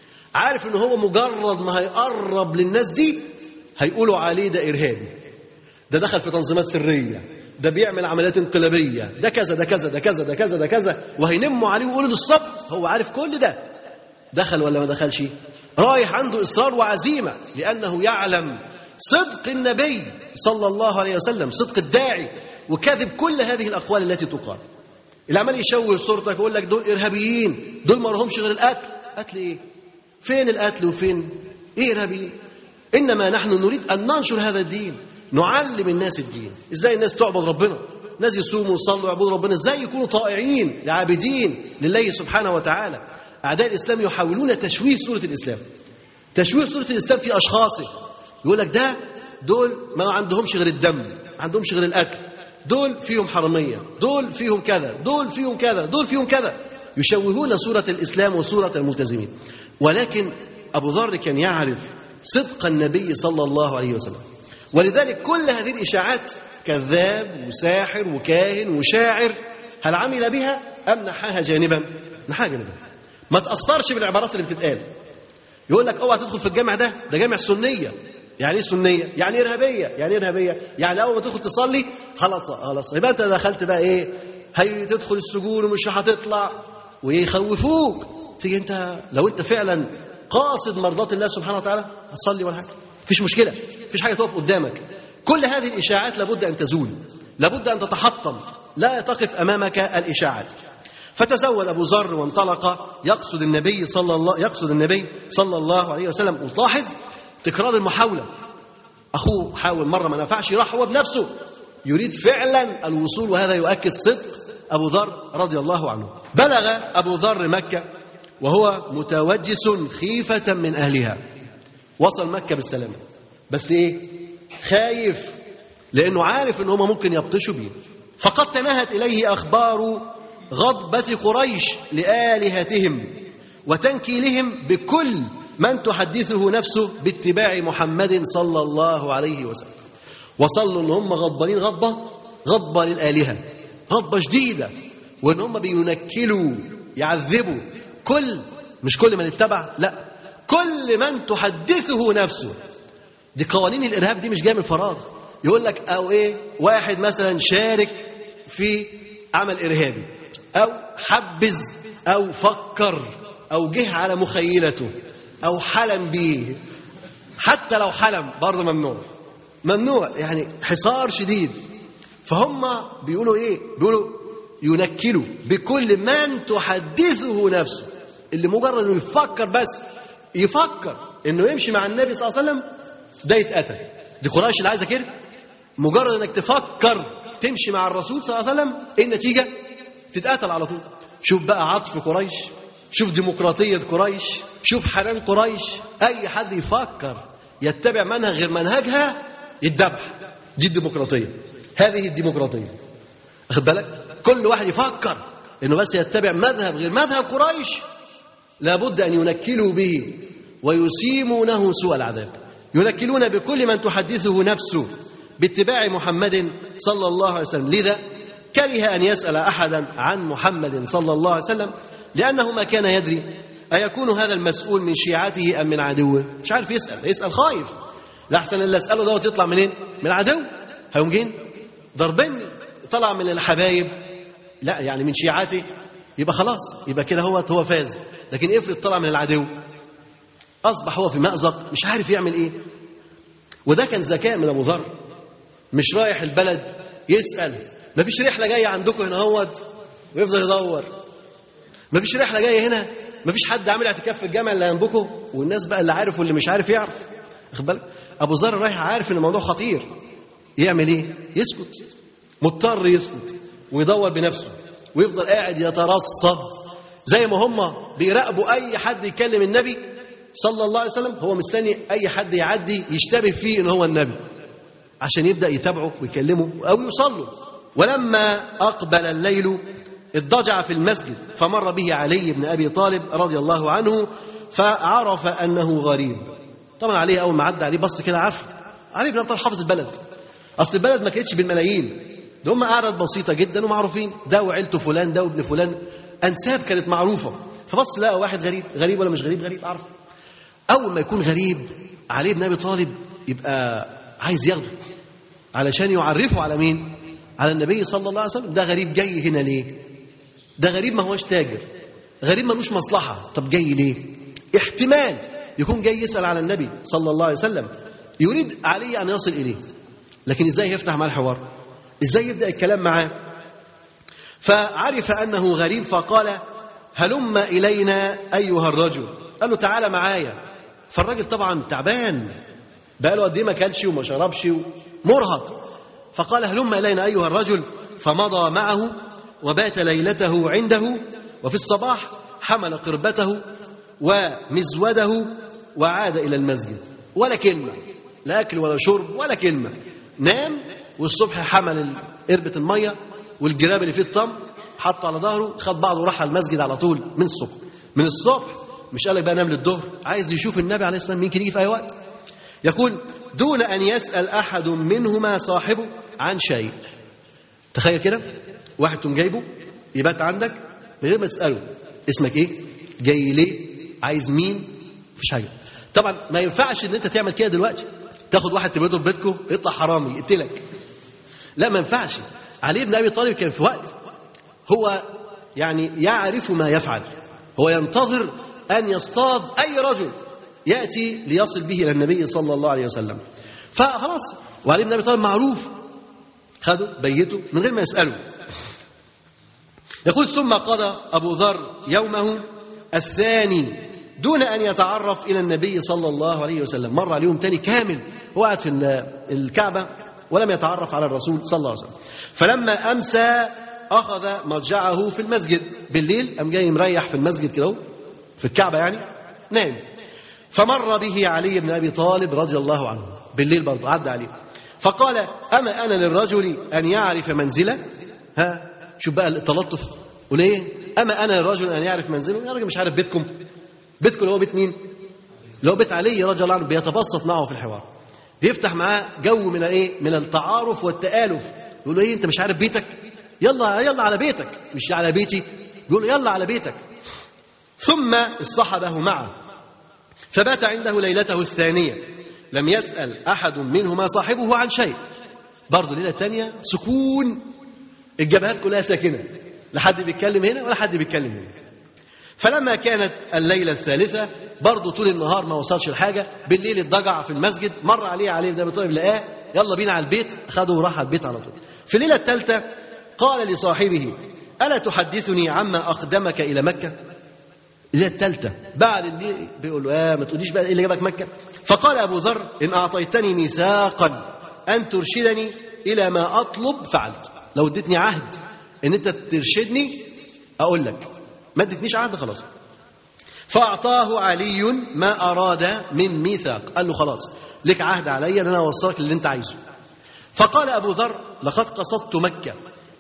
Speaker 2: عارف أنه هو مجرد ما هيقرب للناس دي هيقولوا عليه ده إرهابي، ده دخل في تنظيمات سرية، ده بيعمل عمليات انقلابية، ده كذا ده كذا ده كذا ده كذا ده كذا، وهينموا عليه ويقولوا للصبر. هو عارف كل ده، دخل ولا ما دخلش؟ رايح عنده إصرار وعزيمة، لأنه يعلم صدق النبي صلى الله عليه وسلم، صدق الداعي، وكذب كل هذه الأقوال التي تقال. العمال يشوه صورتك ويقول لك دول إرهابيين، دول ما لهمش غير القتل. قتل إيه؟ فين القتل وفين إيه إرهابيين؟ إنما نحن نريد أن ننشر هذا الدين، نعلم الناس الدين، إزاي الناس تعبد ربنا، الناس يصوموا ويصلوا ويعبدوا ربنا، إزاي يكونوا طائعين لعابدين لله سبحانه وتعالى. أعداء الإسلام يحاولون تشويه صورة الإسلام، تشويه صورة الإسلام في أشخاصه. يقول لك ده دول ما عندهمش غير الدم، ما عندهمش غير القتل، دول فيهم حرمية، دول فيهم كذا، دول فيهم كذا، دول فيهم كذا، يشوهون صورة الإسلام وصورة الملتزمين. ولكن أبو ذر كان يعرف صدق النبي صلى الله عليه وسلم، ولذلك كل هذه الإشاعات كذاب وساحر وكاهن وشاعر، هل عمل بها أم نحاها جانبا؟ نحاها جانبا، ما تأثرش بالعبارات اللي بتتقال. يقول لك اوعى تدخل في الجامع ده، ده جامع سنية. يعني ايه سنية؟ يعني إرهابية. يعني ايه إرهابية؟ يعني أول ما تدخل تصلي خلاص خلاص يبقى أنت دخلت بقى إيه؟ هي تدخل السجون ومش هتطلع ويخوفوك. تيجي أنت لو أنت فعلا قاصد مرضات الله سبحانه وتعالى هتصلي ولا حاجة، مفيش مشكلة، مفيش حاجة تقف قدامك. كل هذه الإشاعات لابد أن تزول، لابد أن تتحطم، لا تقف أمامك الإشاعات. فتزود أبو ذر وانطلق يقصد النبي صلى الله يقصد النبي صلى الله عليه وسلم. وتلاحظ تكرار المحاولة، أخوه حاول مرة ما نفعش، راح هو بنفسه يريد فعلا الوصول، وهذا يؤكد صدق أبو ذر رضي الله عنه. بلغ أبو ذر مكة وهو متوجس خيفة من أهلها. وصل مكة بالسلامة، بس إيه؟ خايف، لأنه عارف أنه هم ممكن يبطشوا بيه. فقد تنهت إليه أخبار غضبة قريش لآلهتهم وتنكيلهم بكل من تحدثه نفسه باتباع محمد صلى الله عليه وسلم. وصلوا أن هم غضبانين غضبة غضبة للآلهة، غضبة شديدة، وأن هم بينكلوا يعذبوا كل، مش كل من اتبع، لا، كل من تحدثه نفسه. دي قوانين الإرهاب، دي مش جايه من فراغ. يقول لك أو إيه، واحد مثلا شارك في عمل إرهابي أو حبز أو فكر أو جه على مخيلته أو حلم بيه، حتى لو حلم برضه ممنوع، ممنوع، يعني حصار شديد. فهم بيقولوا إيه؟ بيقولوا ينكلوا بكل من تحدثه نفسه. اللي مجرد انه يفكر بس يفكر انه يمشي مع النبي صلى الله عليه وسلم ده يتقتل. دي قريش اللي عايزه كده، مجرد انك تفكر تمشي مع الرسول صلى الله عليه وسلم ايه النتيجه؟ تتقتل على طول. شوف بقى عطف قريش، شوف ديمقراطيه قريش، شوف حنان قريش. اي حد يفكر يتبع منهج غير منهجها يتذبح. دي الديمقراطيه، هذه الديمقراطيه. واخد بالك؟ كل واحد يفكر انه بس يتبع مذهب غير مذهب قريش لابد ان ينكلوا به ويسيمونه سوء العذاب. ينكلون بكل من تحدثه نفسه باتباع محمد صلى الله عليه وسلم. لذا كره ان يسال احدا عن محمد صلى الله عليه وسلم لانه ما كان يدري ايكون هذا المسؤول من شيعته ام من عدوه. مش عارف يسال، يسال خايف لاحسن اللي اساله دوت يطلع منين؟ من العدو. هيقوم جين ضربني، طلع من الحبايب لا يعني من شيعته يبقى خلاص، يبقى كده هو هو فاز. لكن افرض طلع من العدو اصبح هو في مأزق مش عارف يعمل ايه. وده كان ذكاء من ابو ذر، مش رايح البلد يسال مفيش رحله جايه عندكم هنا هوت ويفضل يدور، مفيش رحله جايه هنا، مفيش حد عامل اعتكاف في الجامع اللي جنبكم، والناس بقى اللي عارف واللي مش عارف يعرف. واخد بالك؟ ابو ذر رايح عارف ان الموضوع خطير، يعمل ايه؟ يسكت، مضطر يسكت ويدور بنفسه ويفضل قاعد يترصد زي ما هم بيراقبوا اي حد يكلم النبي صلى الله عليه وسلم. هو مستني اي حد يعدي يشتبه فيه ان هو النبي عشان يبدا يتابعه ويكلمه او يوصل له. ولما اقبل الليل اضطجع في المسجد فمر به علي بن ابي طالب رضي الله عنه فعرف انه غريب. طبعا علي اول ما عدى عليه بص كده عارف علي بن ابي طالب حافظ البلد، اصل البلد ما كانتش بالملايين، ده هم اعداد بسيطه جدا ومعروفين، ده وعيلته فلان ده وابن فلان، انساب كانت معروفه. فبص لقى واحد غريب، غريب ولا مش غريب؟ غريب عارف. اول ما يكون غريب علي بن ابي طالب يبقى عايز ياخده علشان يعرفه على مين؟ على النبي صلى الله عليه وسلم. ده غريب جاي هنا ليه؟ ده غريب ما هوش تاجر، غريب ملوش مصلحه. طب جاي ليه؟ احتمال يكون جاي يسال على النبي صلى الله عليه وسلم، يريد علي ان يصل اليه، لكن ازاي يفتح معاه الحوار؟ ازاي يبدا الكلام معاه؟ فعرف انه غريب فقال هلم الينا ايها الرجل. قال له تعالى معايا. فالراجل طبعا تعبان بقاله قد ايه ما كلش وما شربش ومرهق، فقال هلم الينا ايها الرجل. فمضى معه وبات ليلته عنده، وفي الصباح حمل قربته ومزوده وعاد الى المسجد. ولا كلمه، لا اكل ولا شرب ولا كلمه. نام، والصبح حمل قربة الميه والجراب اللي فيه التمر حطه على ظهره، خد بعضه وراح على المسجد على طول من الصبح. من الصبح مش قالك بقى نام للظهر، عايز يشوف النبي عليه الصلاه والسلام يمكن يجي في اي وقت. يقول دون ان يسال احد منهما صاحبه عن شيء. تخيل كده واحد تقوم جايبه يبات عندك من غير ما تساله اسمك ايه؟ جاي ليه؟ عايز مين؟ مفيش حاجه. طبعا ما ينفعش ان انت تعمل كده دلوقتي، تاخد واحد تبيته في بيتكم يطلع حرامي يقتلك. لا ما ينفعش. علي بن ابي طالب كان في وقت هو يعني يعرف ما يفعل، هو ينتظر ان يصطاد اي رجل ياتي ليصل به الى النبي صلى الله عليه وسلم. فخلاص وعلي بن ابي طالب معروف، خده بيته من غير ما يساله. يقول ثم قضى ابو ذر يومه الثاني دون ان يتعرف الى النبي صلى الله عليه وسلم. مر على يوم ثاني كامل هو قاعد في الكعبه ولم يتعرف على الرسول صلى الله عليه وسلم. فلما امسى اخذ مضجعه في المسجد. بالليل قام جاي مريح في المسجد كده في الكعبه يعني نام. فمر به علي بن ابي طالب رضي الله عنه بالليل برضه عدى عليه فقال اما انا للرجل ان يعرف منزله. ها شوف بقى التلطف. وليه اما انا للرجل ان يعرف منزله؟ يا راجل مش عارف بيتكم؟ بيتكم اللي هو بيت مين؟ اللي هو بيت علي رضي الله عنه. بيتبسط معه في الحوار، بيفتح معاه جو من ايه؟ من التعارف والتآلف. يقول له ايه انت مش عارف بيتك؟ يلا يلا على بيتك، مش على بيتي. يقول له يلا على بيتك. ثم اصطحبه معه فبات عنده ليلته الثانية. لم يسأل أحد منهما صاحبه عن شيء. برضه ليلة تانية سكون، الجبهات كلها ساكنة، لا حد بيتكلم هنا ولا حد بيتكلم هنا. فلما كانت الليلة الثالثة برضه طول النهار ما وصلش الحاجة، بالليل اتضجع في المسجد. مر عليه علي بن ابي طالب لقاه يلا بينا على البيت، خده وراح على البيت على طول. في الليلة الثالثة قال لصاحبه ألا تحدثني عما أقدمك إلى مكة؟ اللي هي الثالثة بعد اللي بيقول له آه ما تقوليش بقى إيه اللي جابك مكة. فقال أبو ذر: إن أعطيتني ميثاقا أن ترشدني إلى ما أطلب فعلت. لو اديتني عهد إن أنت ترشدني أقول لك، ما اديتنيش عهد خلاص. فأعطاه علي ما أراد من ميثاق، قال له خلاص لك عهد علي أن أنا أوصلك اللي أنت عايزه. فقال أبو ذر: لقد قصدت مكة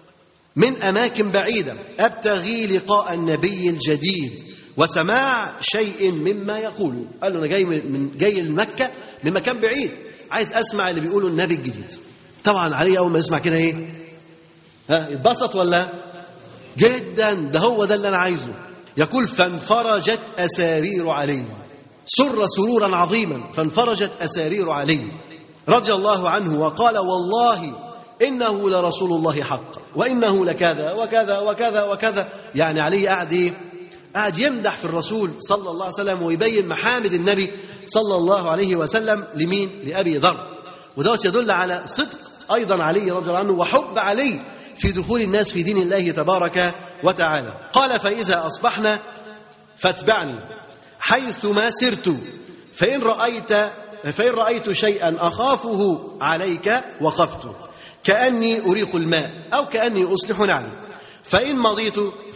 Speaker 2: من أماكن بعيدة أبتغي لقاء النبي الجديد وسماع شيء مما يقول. قال له أنا جاي من جاي لمكة من مكان بعيد، عايز أسمع اللي بيقوله النبي الجديد. طبعا علي أول ما يسمع كده إيه؟ ها يتبسط ولا؟ جدا، ده هو ده اللي أنا عايزه. يقول: فانفرجت أسارير علي، سر سرورا عظيما، فانفرجت أسارير علي رضي الله عنه وقال: والله إنه لرسول الله حق وإنه لكذا وكذا وكذا وكذا. يعني علي قاعد إيه؟ قاعد يمدح في الرسول صلى الله عليه وسلم ويبين محامد النبي صلى الله عليه وسلم. لمين؟ لأبي ذر. ودوت يدل على صدق أيضا علي رضي الله عنه وحب علي في دخول الناس في دين الله تبارك وتعالى. قال: فإذا أصبحنا فاتبعني حيثما سرت، فإن رأيت فإن رأيت شيئا أخافه عليك وقفت كأني أريق الماء أو كأني أصلح نعلي، فإن مضيت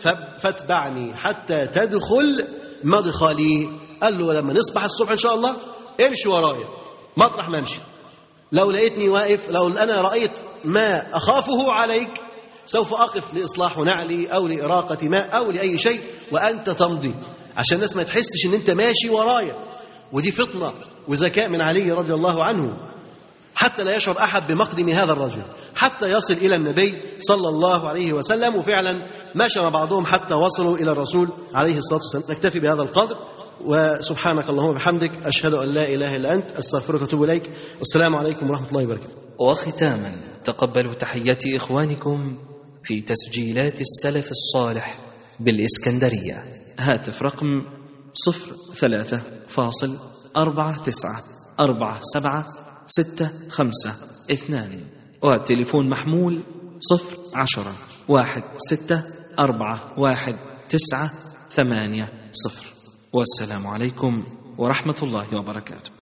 Speaker 2: فاتبعني حتى تدخل مدخلي. قال له لما نصبح الصبح إن شاء الله امشي ورايا مطرح ما امشي. لو لقيتني واقف، لو أنا رأيت ما أخافه عليك سوف أقف لإصلاح نعلي أو لإراقة ماء أو لأي شيء وأنت تمضي، عشان الناس ما تحسش إن أنت ماشي ورايا. ودي فطنة وذكاء من علي رضي الله عنه، حتى لا يشعر أحد بمقدم هذا الرجل حتى يصل إلى النبي صلى الله عليه وسلم. وفعلا مشى مع بعضهم حتى وصلوا إلى الرسول عليه الصلاة والسلام. نكتفي بهذا القدر، وسبحانك اللهم وبحمدك أشهد أن لا إله إلا أنت أستغفرك وأتوب إليك. والسلام عليكم ورحمة الله وبركاته.
Speaker 1: وختاما تقبلوا تحيات إخوانكم في تسجيلات السلف الصالح بالإسكندرية. هاتف رقم صفر ثلاثة فاصل أربعة تسعة أربعة سبعة ستة خمسة اثنان، والتليفون محمول صفر عشرة واحد ستة أربعة واحد تسعة ثمانية صفر. والسلام عليكم ورحمة الله وبركاته.